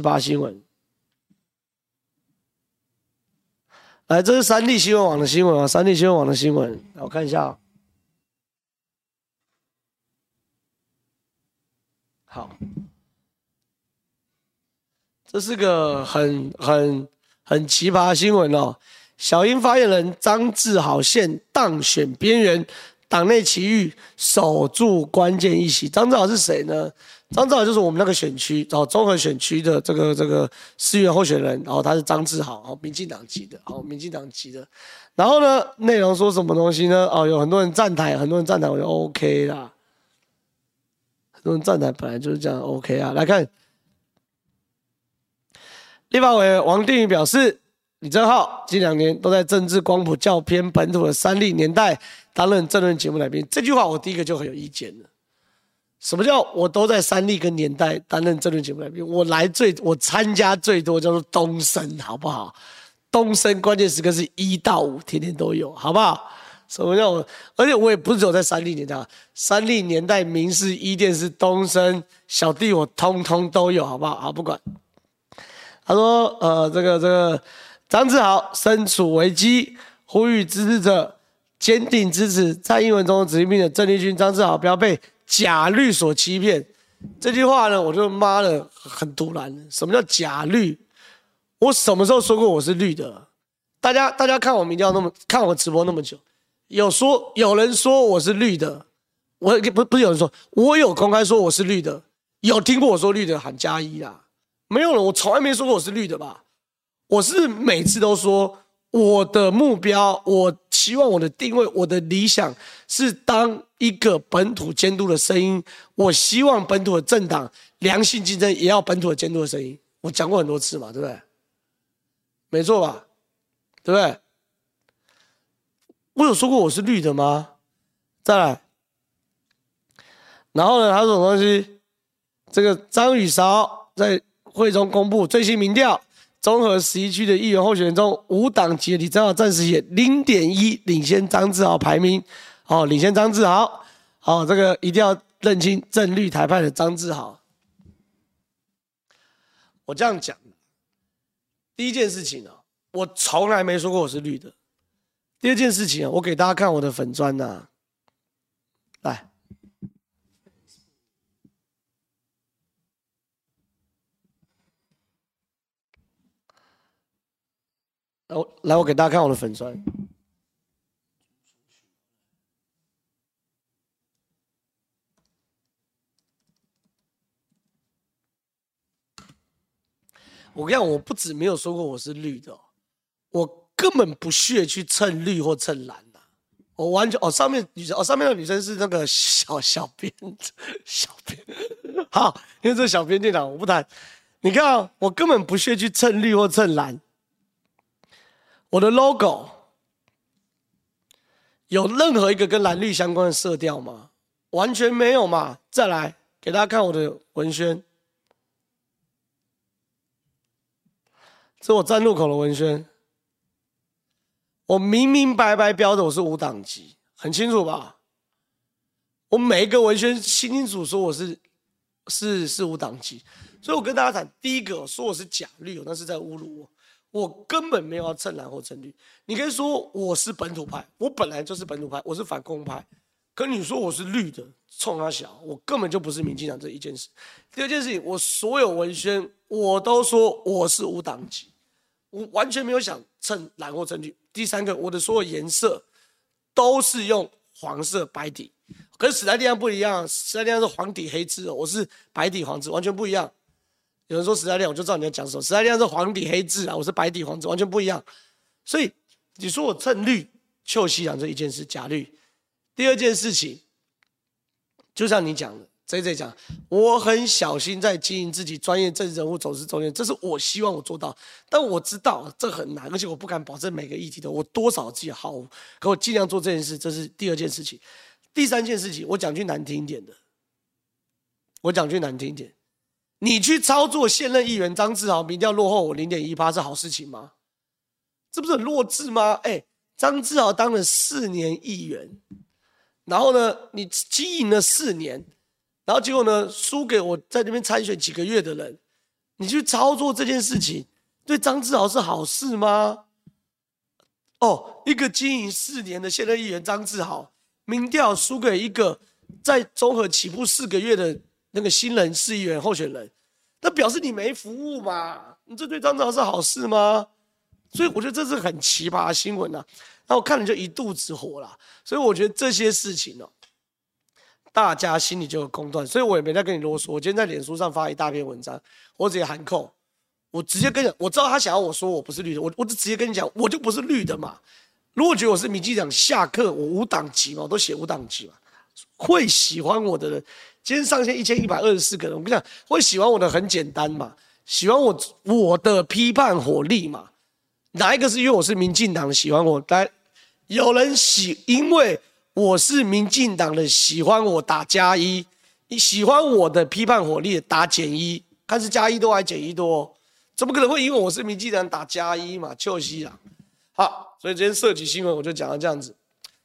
Speaker 1: 来，这是三立新闻网的新闻。我看一下。好。这是个很奇葩的新闻小英发言人张志豪现当选边缘，党内奇遇守住关键一席。张志豪是谁呢？张志豪就是我们那个选区，综合选区的这个市议员候选人，然后他是张志豪，民进党籍的，然后呢，内容说什么东西呢？有很多人站台，我就 OK 啦。很多人站台本来就是这样 OK 啊。来看。立法委员王定宇表示，李正皓近2年都在政治光谱较偏本土的三立年代担任政论节目来宾。这句话我第一个就很有意见了。什么叫我都在三立跟年代担任政论节目来宾？我参加最多叫做东升，好不好？东升关键时刻是1到5，天天都有，好不好？什么叫我？而且我也不是只有在三立年代，三立年代、民视、1电视、东升、小弟我通通都有，好不好？好，不管。他说：这个张志豪身处危机，呼吁支持者坚定支持蔡英文总统指定命的郑丽君。张志豪不要被假绿所欺骗。这句话呢，我就妈的很突然。什么叫假绿？我什么时候说过我是绿的？大家看我民调看我直播那么久，有人说我是绿的，不是有人说，我有公开说我是绿的，有听过我说绿的喊+1啦。没有了，我从来没说过我是绿的吧？我是每次都说我的目标，我希望我的定位，我的理想是当一个本土监督的声音。我希望本土的政党良性竞争，也要本土的监督的声音。我讲过很多次嘛，对不对？没错吧？对不对？我有说过我是绿的吗？再来，然后呢？还有什么东西？这个张宇韶在会中公布最新民调，综合11区的议员候选人中，5党籍的李正皓暂时以0.1领先张志豪排名，领先张志豪，这个一定要认清正绿台派的张志豪。我这样讲，第一件事情我从来没说过我是绿的。第二件事情我给大家看我的粉专来。 来，我给大家看我的粉专。我跟你讲，我不止没有说过我是绿的、我根本不屑去蹭绿或蹭蓝的、我完全上面的女生是那个小编，小编。好，因为这小编电脑我不谈。你看我根本不屑去蹭绿或蹭蓝。我的 logo 有任何一个跟蓝绿相关的色调吗？完全没有嘛。再来给大家看我的文宣。这是我站路口的文宣，我明明白白标的我是无党籍，很清楚吧？我每一个文宣清清楚说我是无党籍，所以我跟大家谈，第一个说我是假绿，那是在侮辱我，我根本没有要蹭蓝或蹭绿。你可以说我是本土派，我本来就是本土派，我是反共派，可你说我是绿的，冲他小，我根本就不是民进党这一件事。第二件事情，我所有文宣我都说我是无党籍。我完全没有想蹭蓝或蹭绿。第三个，我的所有颜色都是用黄色白底，可是时代力量不一样，时代力量是黄底黑字，我是白底黄字，完全不一样。有人说时代力量，我就知道你在讲什么。时代力量是黄底黑字啊，我是白底黄字，完全不一样。所以你说我蹭绿、臭西洋这一件事假绿。第二件事情，就像你讲的。JJ 讲，我很小心在经营自己专业政治人物走势中间，这是我希望我做到，但我知道这很难，而且我不敢保证每个议题的我多少自己好，可我尽量做这件事，这是第二件事情。第三件事情，我讲句难听一点的，你去操作现任议员张志豪民调落后我 0.1% 是好事情吗？这不是很弱智吗？张志豪当了4年议员，然后呢，你经营了4年。然后结果呢，输给我在那边参选几个月的人，你去操作这件事情，对张志豪是好事吗？一个经营4年的现任议员张志豪，民调输给一个在中和起步4个月的那个新人市议员候选人，那表示你没服务嘛？你这对张志豪是好事吗？所以我觉得这是很奇葩的新闻啊。那我看了就一肚子火啦。所以我觉得这些事情大家心里就有公断，所以我也没再跟你啰嗦。我今天在脸书上发一大篇文章，我直接喊扣，我直接跟你讲，我知道他想要我说我不是绿的，我就直接跟你讲，我就不是绿的嘛。如果觉得我是民进党下课，我无党籍嘛，我都写无党籍嘛。会喜欢我的人，今天上线1124个人，我跟你讲，会喜欢我的很简单嘛，喜欢我的批判火力嘛。哪一个是因为我是民进党的喜欢我？来，有人因为我是民进党的，喜欢我打+1，你喜欢我的批判火力打-1，看是+1多还是-1多？怎么可能会因为我是民进党打+1嘛？臭西啦！好，所以今天涉及新闻我就讲到这样子。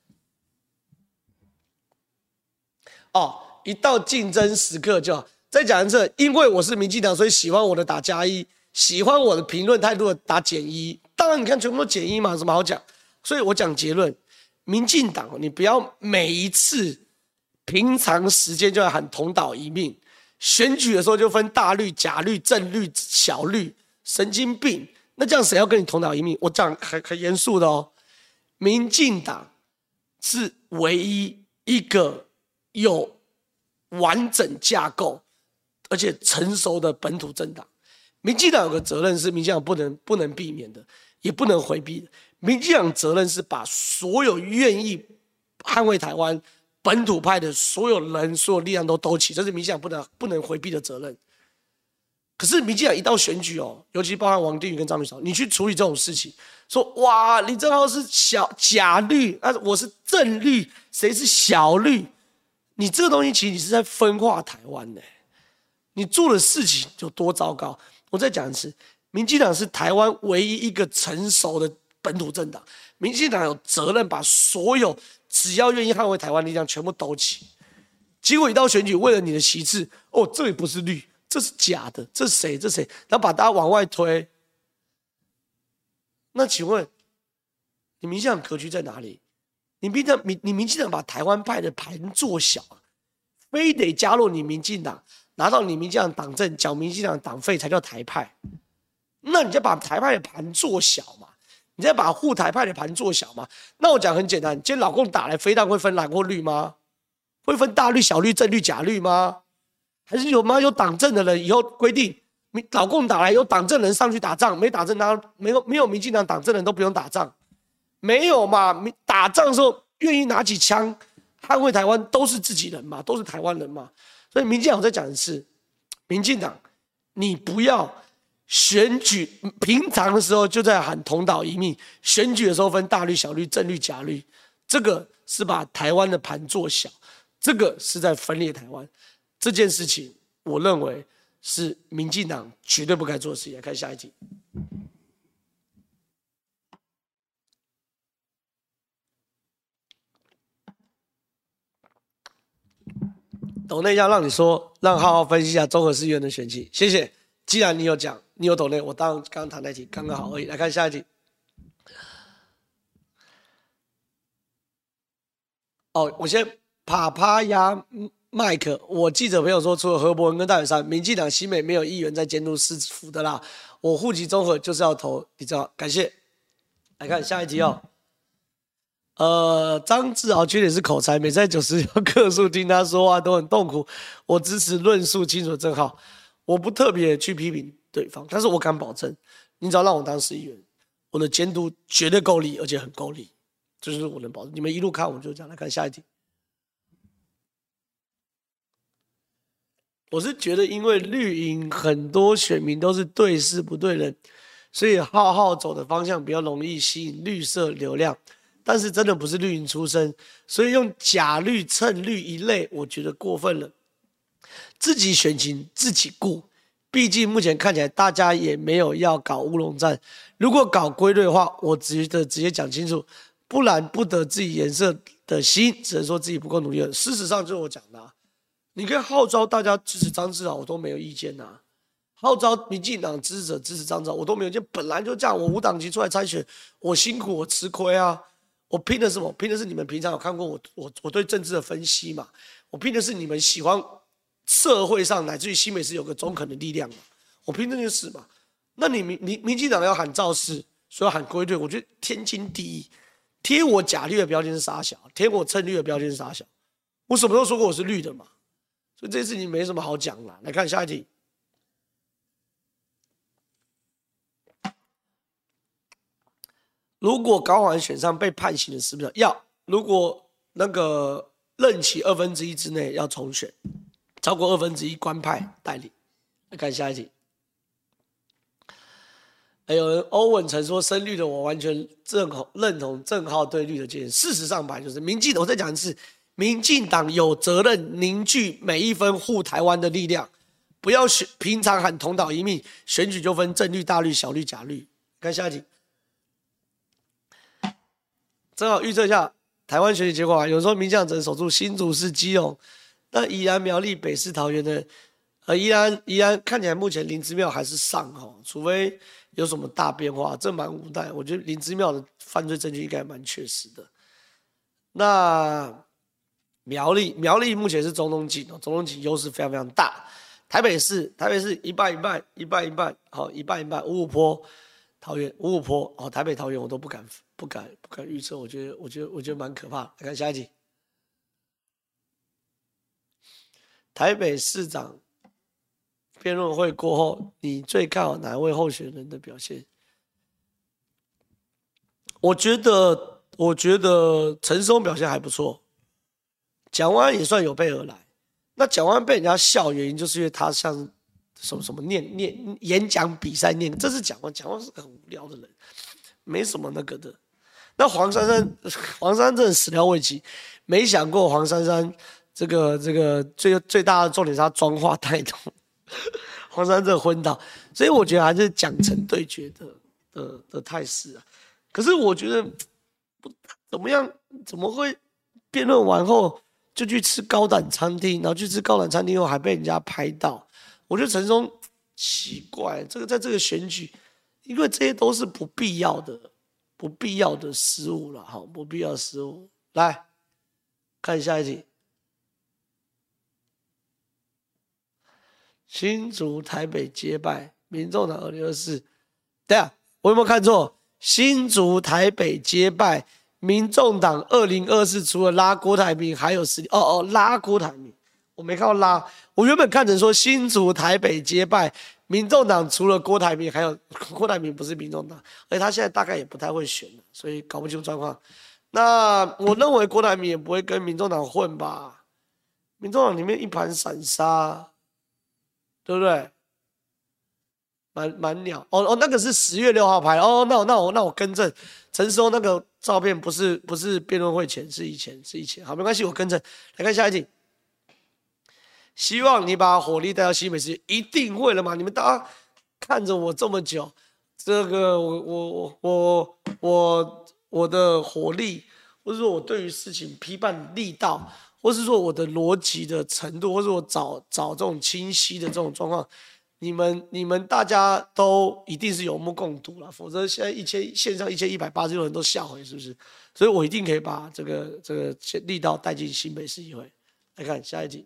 Speaker 1: 一到竞争时刻就好。再讲一次，因为我是民进党，所以喜欢我的打+1，喜欢我的评论态度的打-1。当然，你看全部都-1嘛，有什么好讲？所以我讲结论。民进党，你不要每一次平常时间就要喊同岛一命，选举的时候就分大绿、假绿、正绿、小绿，神经病。那这样谁要跟你同岛一命？我讲很严肃的民进党是唯一一个有完整架构而且成熟的本土政党。民进党有个责任是民进党不能避免的，也不能回避的。民进党责任是把所有愿意捍卫台湾本土派的所有人、所有力量都兜起，这是民进党不能回避的责任。可是民进党一到选举尤其包含王定宇跟张宇韶，你去处理这种事情，说哇李正皓是假绿，我是正绿，谁是小绿？你这个东西其实你是在分化台湾的，你做的事情有多糟糕？我再讲一次，民进党是台湾唯一一个成熟的本土政党，民进党有责任把所有只要愿意捍卫台湾力量全部兜起。结果一到选举，为了你的席次，这也不是绿，这是假的，这谁？然后把大家往外推。那请问，你民进党格局在哪里？你民进党把台湾派的盘做小，非得加入你民进党，拿到你民进党党政，缴民进党党费才叫台派。那你就把台派的盘做小嘛。 你在把护台派的盘做小嘛？那我讲很简单，今天老共打来飞弹会分蓝或绿吗？会分大绿、小绿、正绿、假绿吗？还是有党政的人以后规定，老共打来有党政人上去打仗，没打政党没有民进党党政人都不用打仗，没有嘛？打仗的时候愿意拿起枪捍卫台湾都是自己人嘛，都是台湾人嘛。所以民进党我再讲一次，民进党你不要选举平常的时候就在喊同岛一命，选举的时候分大绿、小绿、正绿、假绿，这个是把台湾的盘做小，这个是在分裂台湾。这件事情，我认为是民进党绝对不该做的事情。来看下一题。斗内要让你说，让浩浩分析一下综合市议员的选情，谢谢。既然你有讲，你有斗内，我当然刚刚谈那题刚刚好而已。来看下一题。哦，我先啪呀麦克，我记者朋友说，除了何伯文跟大远山，民进党新北没有议员在监督市府的啦。我户籍综合就是要投，你知道？感谢。来看下一题哦。张志豪缺点是口才，每在90要客诉听他说话都很痛苦。我支持论述清楚的正浩，我不特别去批评对方，但是我敢保证，你只要让我当市议员，我的监督绝对够力，而且很够力，这就是我能保证。你们一路看，我就这样来看下一题。我是觉得，因为绿营很多选民都是对事不对人，所以浩浩走的方向比较容易吸引绿色流量。但是真的不是绿营出身，所以用假绿蹭绿一类，我觉得过分了。自己选情自己顾，毕竟目前看起来大家也没有要搞乌龙战。如果搞归队的话，我觉得直接讲清楚，不然不得自己颜色的心，只能说自己不够努力了。事实上就是我讲的啊，你可以号召大家支持张志豪，我都没有意见啊。号召民进党支持者支持张志豪，我都没有意见。本来就这样，我无党籍出来参选，我辛苦我吃亏啊。我拼的是什么？拼的是你们平常有看过我对政治的分析嘛？我拼的是你们喜欢社会上乃至于新北市有个中肯的力量嘛？我拼这件事嘛？那你民进党要喊造势，说要喊归队，我觉得天经地义。贴我假绿的标签是傻小，贴我蹭绿的标签是傻小。我什么时候说过我是绿的嘛？所以这事情没什么好讲啦。来看下一题。如果高虹安选上被判刑的是不是要？如果那个任期1/2之内要重选，超过1/2官派代理。来看下一题。有人欧文曾说深绿的我完全认同郑浩对绿的建议。事实上吧，就是民进党，我再讲一次，民进党有责任凝聚每一分护台湾的力量，不要平常喊同岛一命，选举就分正绿、大绿、小绿、假绿。看下一题。正好预测一下台湾选举结果啊。有时候民进党只能守住新竹市、基隆，那宜兰、苗栗、北市、桃园的，宜兰看起来目前林之妙还是上哈，除非有什么大变化，这蛮无奈。我觉得林之妙的犯罪证据应该蛮确实的。那苗栗目前是中东锦哦，中东锦优势非常非常大。台北市一半一半，好一半一半，五五波。桃园五五波哦，台北桃园我都不敢预测，我觉得蛮可怕的。来看下一题。台北市长辩论会过后，你最看好哪位候选人的表现？我觉得陈松表现还不错，蒋万安也算有备而来。那蒋万安被人家笑，原因就是因为他像什么演讲比赛这是蒋万是个很无聊的人，没什么那个的。那黄珊珊真的始料未及，没想过黄珊珊这个最大的重点是他妆化太多，黄珊珊真的昏倒，所以我觉得还是蒋陈对决的态势啊。可是我觉得怎么样？怎么会辩论完后就去吃高档餐厅，然后去吃高档餐厅后还被人家拍到？我觉得陈松奇怪，在这个选举，因为这些都是不必要的失误了，好，不必要的失误。来看下一题。新竹、台北接拜，民众党2024。等一下，我有没有看错？ 新竹、台北接拜，民众党2024除了拉郭台铭，还有拉郭台铭，我没看到拉。我原本看成说新竹、台北接拜，民众党除了郭台铭，还有郭台铭不是民众党，而且他现在大概也不太会选了，所以搞不清楚状况。那我认为郭台铭也不会跟民众党混吧？民众党里面一盘散沙，对不对？蛮鸟那个是10月6号拍那我更正，陈时中那个照片不是辩论会前，是以前。好，没关系，我更正。来看下一题，希望你把火力带到新北市，一定会了嘛？你们大家看着我这么久，这个我的火力，或者说我对于事情批判力道，或是说我的逻辑的程度，或是我找这种清晰的这种状况。你们大家都一定是有目共睹了，否则现在线上1186人都下回，是不是？所以我一定可以把这个力道带进新北市议会。来看下一题，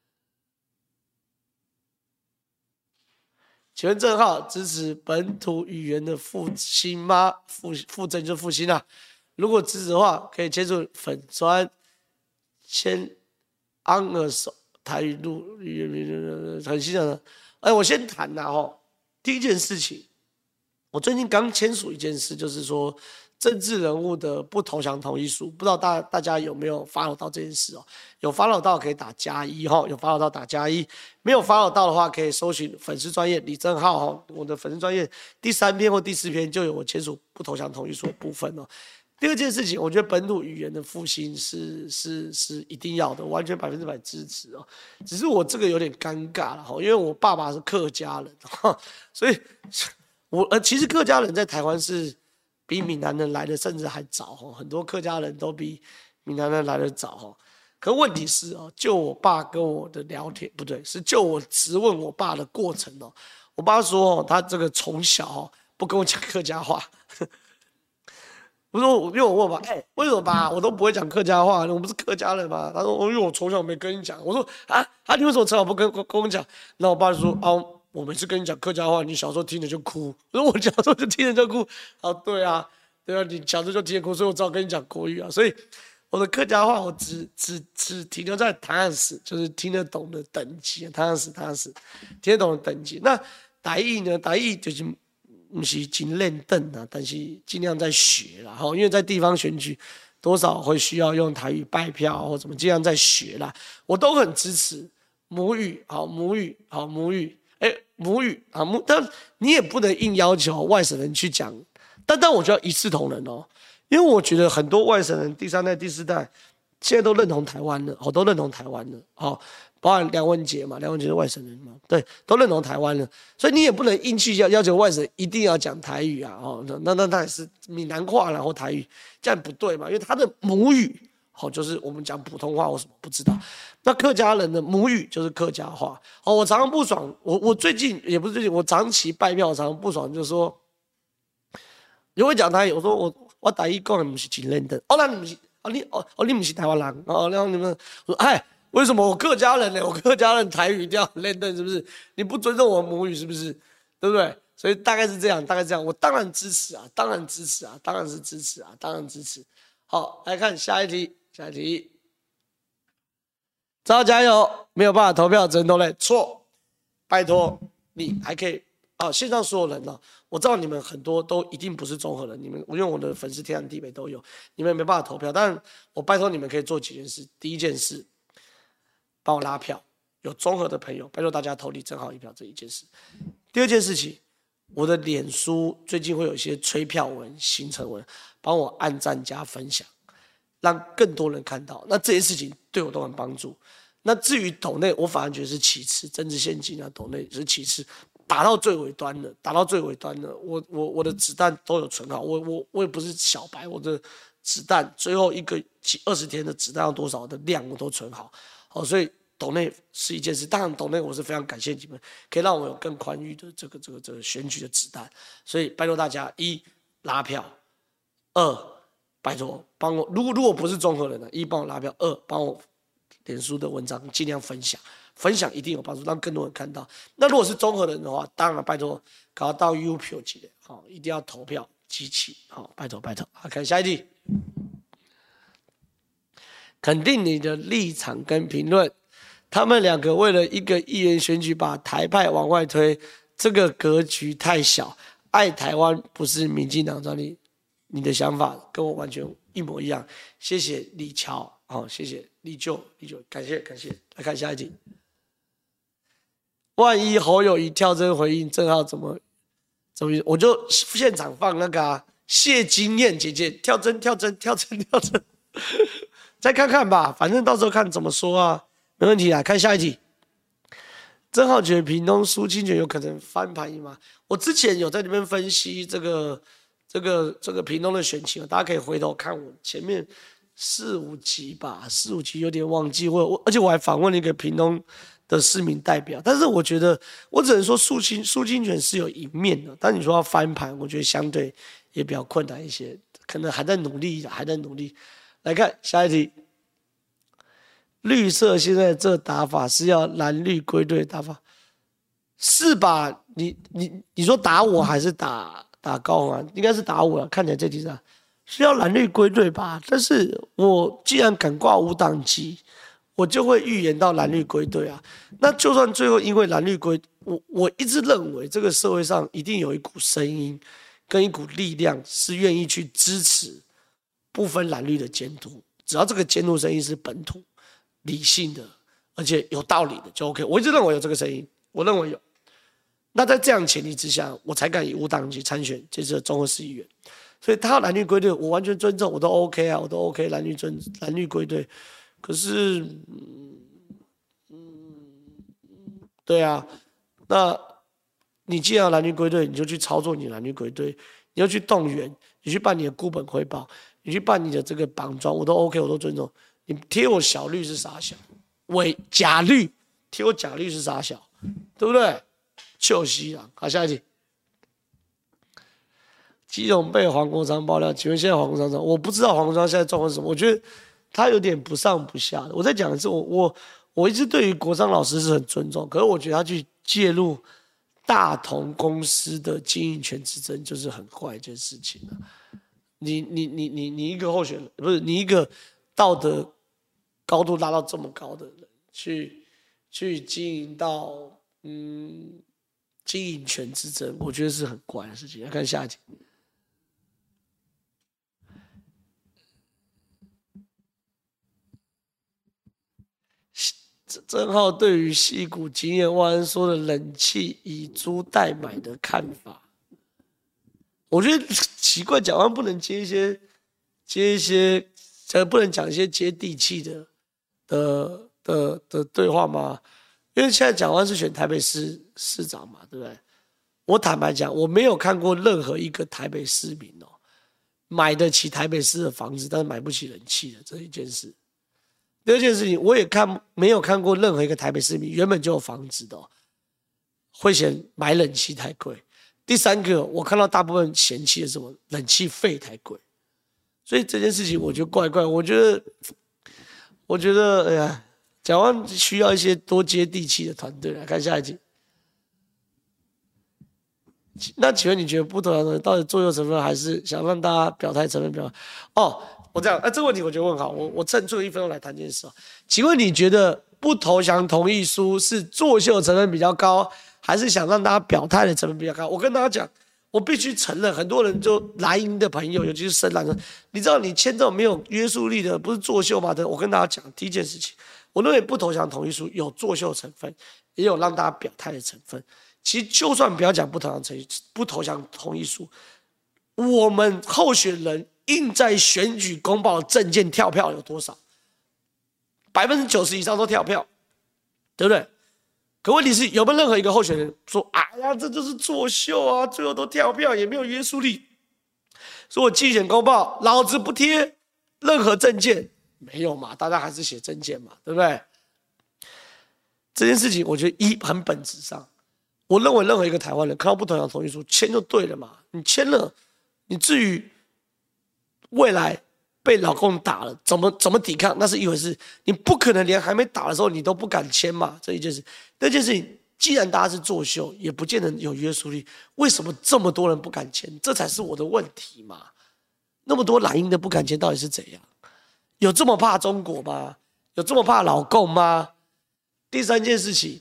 Speaker 1: 请问郑浩支持本土语言的复兴吗？复振就复兴啊！如果支持的话，可以接触粉专签安尔手台语录很欣赏的。我先谈啦第一件事情，我最近刚签署一件事，就是说政治人物的不投降同意书，不知道大家有没有 follow 到这件事有 follow 到可以打+1有 follow 到打+1，没有 follow 到的话可以搜寻粉丝专页李正浩我的粉丝专页第3篇或第4篇就有我签署不投降同意书的部分第二件事情，我觉得本土语言的复兴是一定要的，完全100%支持只是我这个有点尴尬了因为我爸爸是客家人所以其实客家人在台湾是比闽南人来的甚至还早很多客家人都比闽南人来的早可问题是就我爸跟我的聊天不对，是就我质问我爸的过程我爸说他这个从小不跟我讲客家话。我说，因为我问我爸，为什么爸我都不会讲客家话？我不是客家人吗？他说，因为我从小没跟你讲。我说你为什么从小不跟我讲？那我爸就说我每次跟你讲客家话，你小时候听着就哭。我说我小时候就听着就哭。对啊，你小时候就听着哭，所以我只好跟你讲国语啊。所以我的客家话我只停留在唐安史，就是听得懂的等级。唐安史听得懂的等级。那台语呢？台语就是。不是真练邓但是尽量在学啦因为在地方选举多少会需要用台语拜票或怎么尽量在学啦，我都很支持母语母语但你也不能硬要求外省人去讲，但我觉得一视同仁因为我觉得很多外省人第3代第4代现在都认同台湾了都认同台湾了包含梁文杰嘛，梁文杰是外省人嘛，对，都认同台湾了，所以你也不能硬去要求外省一定要讲台语那也是闽南话然后台语，这样不对嘛，因为他的母语就是我们讲普通话，我什么不知道，那客家人的母语就是客家话我常常不爽，我最近也不是最近，我长期拜庙，我常常不爽，就是说你会讲台语，我说我台语讲的不是真认真那你不是你不是台湾人然后你们说为什么我客家人呢？我客家人台语一定要很认真，是不是？你不尊重我母语，是不是？对不对？所以大概是这样，我当然支持当然支持当然是支持当然支持。好，来看下一题，张浩加油！没有办法投票，只能投类，错，拜托你还可以线上所有人我知道你们很多都一定不是综合人，你们因为我的粉丝天南地北都有，你们没办法投票，但我拜托你们可以做几件事。第一件事。帮我拉票，有综合的朋友，拜托大家投李正浩1票这一件事。第二件事情，我的脸书最近会有一些催票文、行程文，帮我按赞加分享，让更多人看到。那这些事情对我都很帮助。那至于斗内，我反而觉得是其次，政治献金斗内是其次，打到最尾端了，我的子弹都有存好，我也不是小白，我的子弹最后一个20天的子弹要多少的量我都存好。所以斗内是一件事，当然斗内我是非常感谢你们，可以让我有更宽裕的这个选举的子弹，所以拜托大家：1拉票，2拜托帮我，如果不是综合人呢，1帮我拉票，2帮我脸书的文章尽量分享一定有帮助，让更多人看到。那如果是综合人的话，当然拜托搞到 YouTube 级的一定要投票， 机器。好，拜托拜托。好，看下一题。肯定你的立场跟评论，他们两个为了一个议员选举把台派往外推，这个格局太小。爱台湾不是民进党专利，你的想法跟我完全一模一样。谢谢李乔，好，谢谢李舅，感谢。来看下一题。万一侯友宜跳针回应郑浩怎么，我就现场放那个谢金燕姐姐跳针，再看看吧，反正到时候看怎么说啊，没问题啊。看下一题。郑浩觉得屏东苏清泉有可能翻盘吗？我之前有在这边分析这个屏东的选情，大家可以回头看我前面4、5集吧，4、5集有点忘记，而且我还访问了一个屏东的市民代表，但是我觉得我只能说苏清泉是有一面的，但你说要翻盘，我觉得相对也比较困难一些，可能还在努力。来看下一题。绿色现在这打法是要蓝绿归队打法，是吧？你说打我还是打高虹安？应该是打我了，看起来这题上是要蓝绿归队吧？但是我既然敢挂无党籍，我就会预言到蓝绿归队啊。那就算最后因为蓝绿归，我一直认为这个社会上一定有一股声音跟一股力量是愿意去支持不分蓝绿的监督，只要这个监督声音是本土、理性的，而且有道理的就 OK。我一直认为有这个声音，我认为有。那在这样前提之下，我才敢以无党籍参选这次的综合市议员。所以他要蓝绿归队，我完全尊重，我都 OK 啊，我都 OK 蓝绿归队。可是，对啊，那你既然要蓝绿归队，你就去操作你蓝绿归队，你要去动员，你去办你的顾本汇报，你去办你的这个绑桩，我都 OK， 我都尊重。你贴我小绿是傻小，假绿贴我假绿是傻小，对不对？就是啊。好，下一题。基隆被黄国昌爆料，请问现在黄国昌，我不知道黄国昌现在状况是什么，我觉得他有点不上不下的。我再讲一次，我一直对于国昌老师是很尊重，可是我觉得他去介入大同公司的经营权之争，就是很怪一件事情啊。你一个候选人，不是你一个道德高度拉到这么高的人，去经营到经营权之争，我觉得是很怪的事情。来看下一题。郑浩对于矽谷经验万安说的冷气以租代买的看法，我觉得奇怪，蒋万不能接一些，不能讲一些接地气的对话吗？因为现在蒋万是选台北市长嘛，对不对？我坦白讲，我没有看过任何一个台北市民买得起台北市的房子，但是买不起冷气的这一件事。第二件事情，我也没有看过任何一个台北市民原本就有房子的会嫌买冷气太贵。第三个，我看到大部分嫌弃的是什么？冷气费太贵。所以这件事情我觉得怪怪，我觉得，哎呀，蒋万需要一些多接地气的团队来看下一集。那请问你觉得不投降的到底作秀成分，还是想让大家表态成分表态？我这样，这个问题我觉得问好，我趁最后1分钟来谈这件事。请问你觉得不投降同意书是作秀成分比较高，还是想让大家表态的成分比较高？我跟大家讲，我必须承认，很多人就蓝营的朋友，尤其是深蓝的，你知道你签这种没有约束力的，不是作秀吗？我跟大家讲，第一件事情，我认为不投降同意书有作秀成分，也有让大家表态的成分。其实就算不要讲不投降同意书，我们候选人印在选举公报的证件跳票有多少？90%以上都跳票，对不对？可问题是有没有任何一个候选人说：“哎呀，这就是作秀啊，最后都跳票，也没有约束力。”说我竞选公报，老子不贴任何证件，没有嘛？大家还是写证件嘛，对不对？这件事情，我觉得很本质上。我认为任何一个台湾人看到不投降同意书签就对了嘛，你签了，你至于未来被老公打了怎么抵抗那是一回事，你不可能连还没打的时候你都不敢签嘛，这一件事。第二件事情， 既然大家是作秀，也不见得有约束力，为什么这么多人不敢签？这才是我的问题嘛。那么多蓝营的不敢签，到底是怎样？有这么怕中国吗？有这么怕老共吗？第三件事情，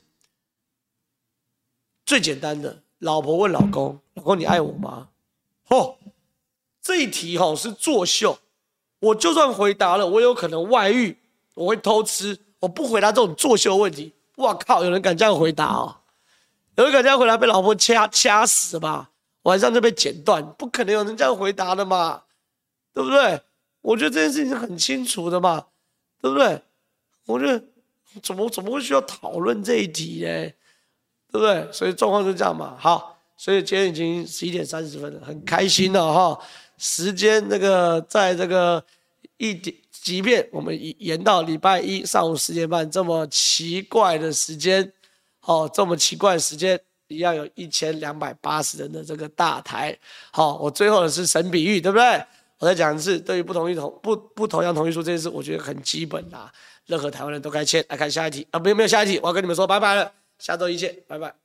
Speaker 1: 最简单的，老婆问老公：“老公，你爱我吗？”这一题是作秀。我就算回答了，我有可能外遇，我会偷吃，我不回答这种作秀问题。哇靠！有人敢这样回答哦？有人敢这样回答，被老婆掐死吧？晚上就被剪断，不可能有人这样回答的嘛，对不对？我觉得这件事情是很清楚的嘛，对不对？我觉得怎么会需要讨论这一题呢？对不对？所以状况就这样嘛。好，所以今天已经11点30分了，很开心了哈。时间在这个即便我们延到礼拜一上午10点半这么奇怪的时间，这么奇怪的时间，一样有1280人的这个大台。我最后的是神比喻，对不对？我再讲一次，对于不同样同意书这件事，我觉得很基本啦，任何台湾人都该签。来看下一题啊，没有下一题，我要跟你们说拜拜了，下周一见，拜拜。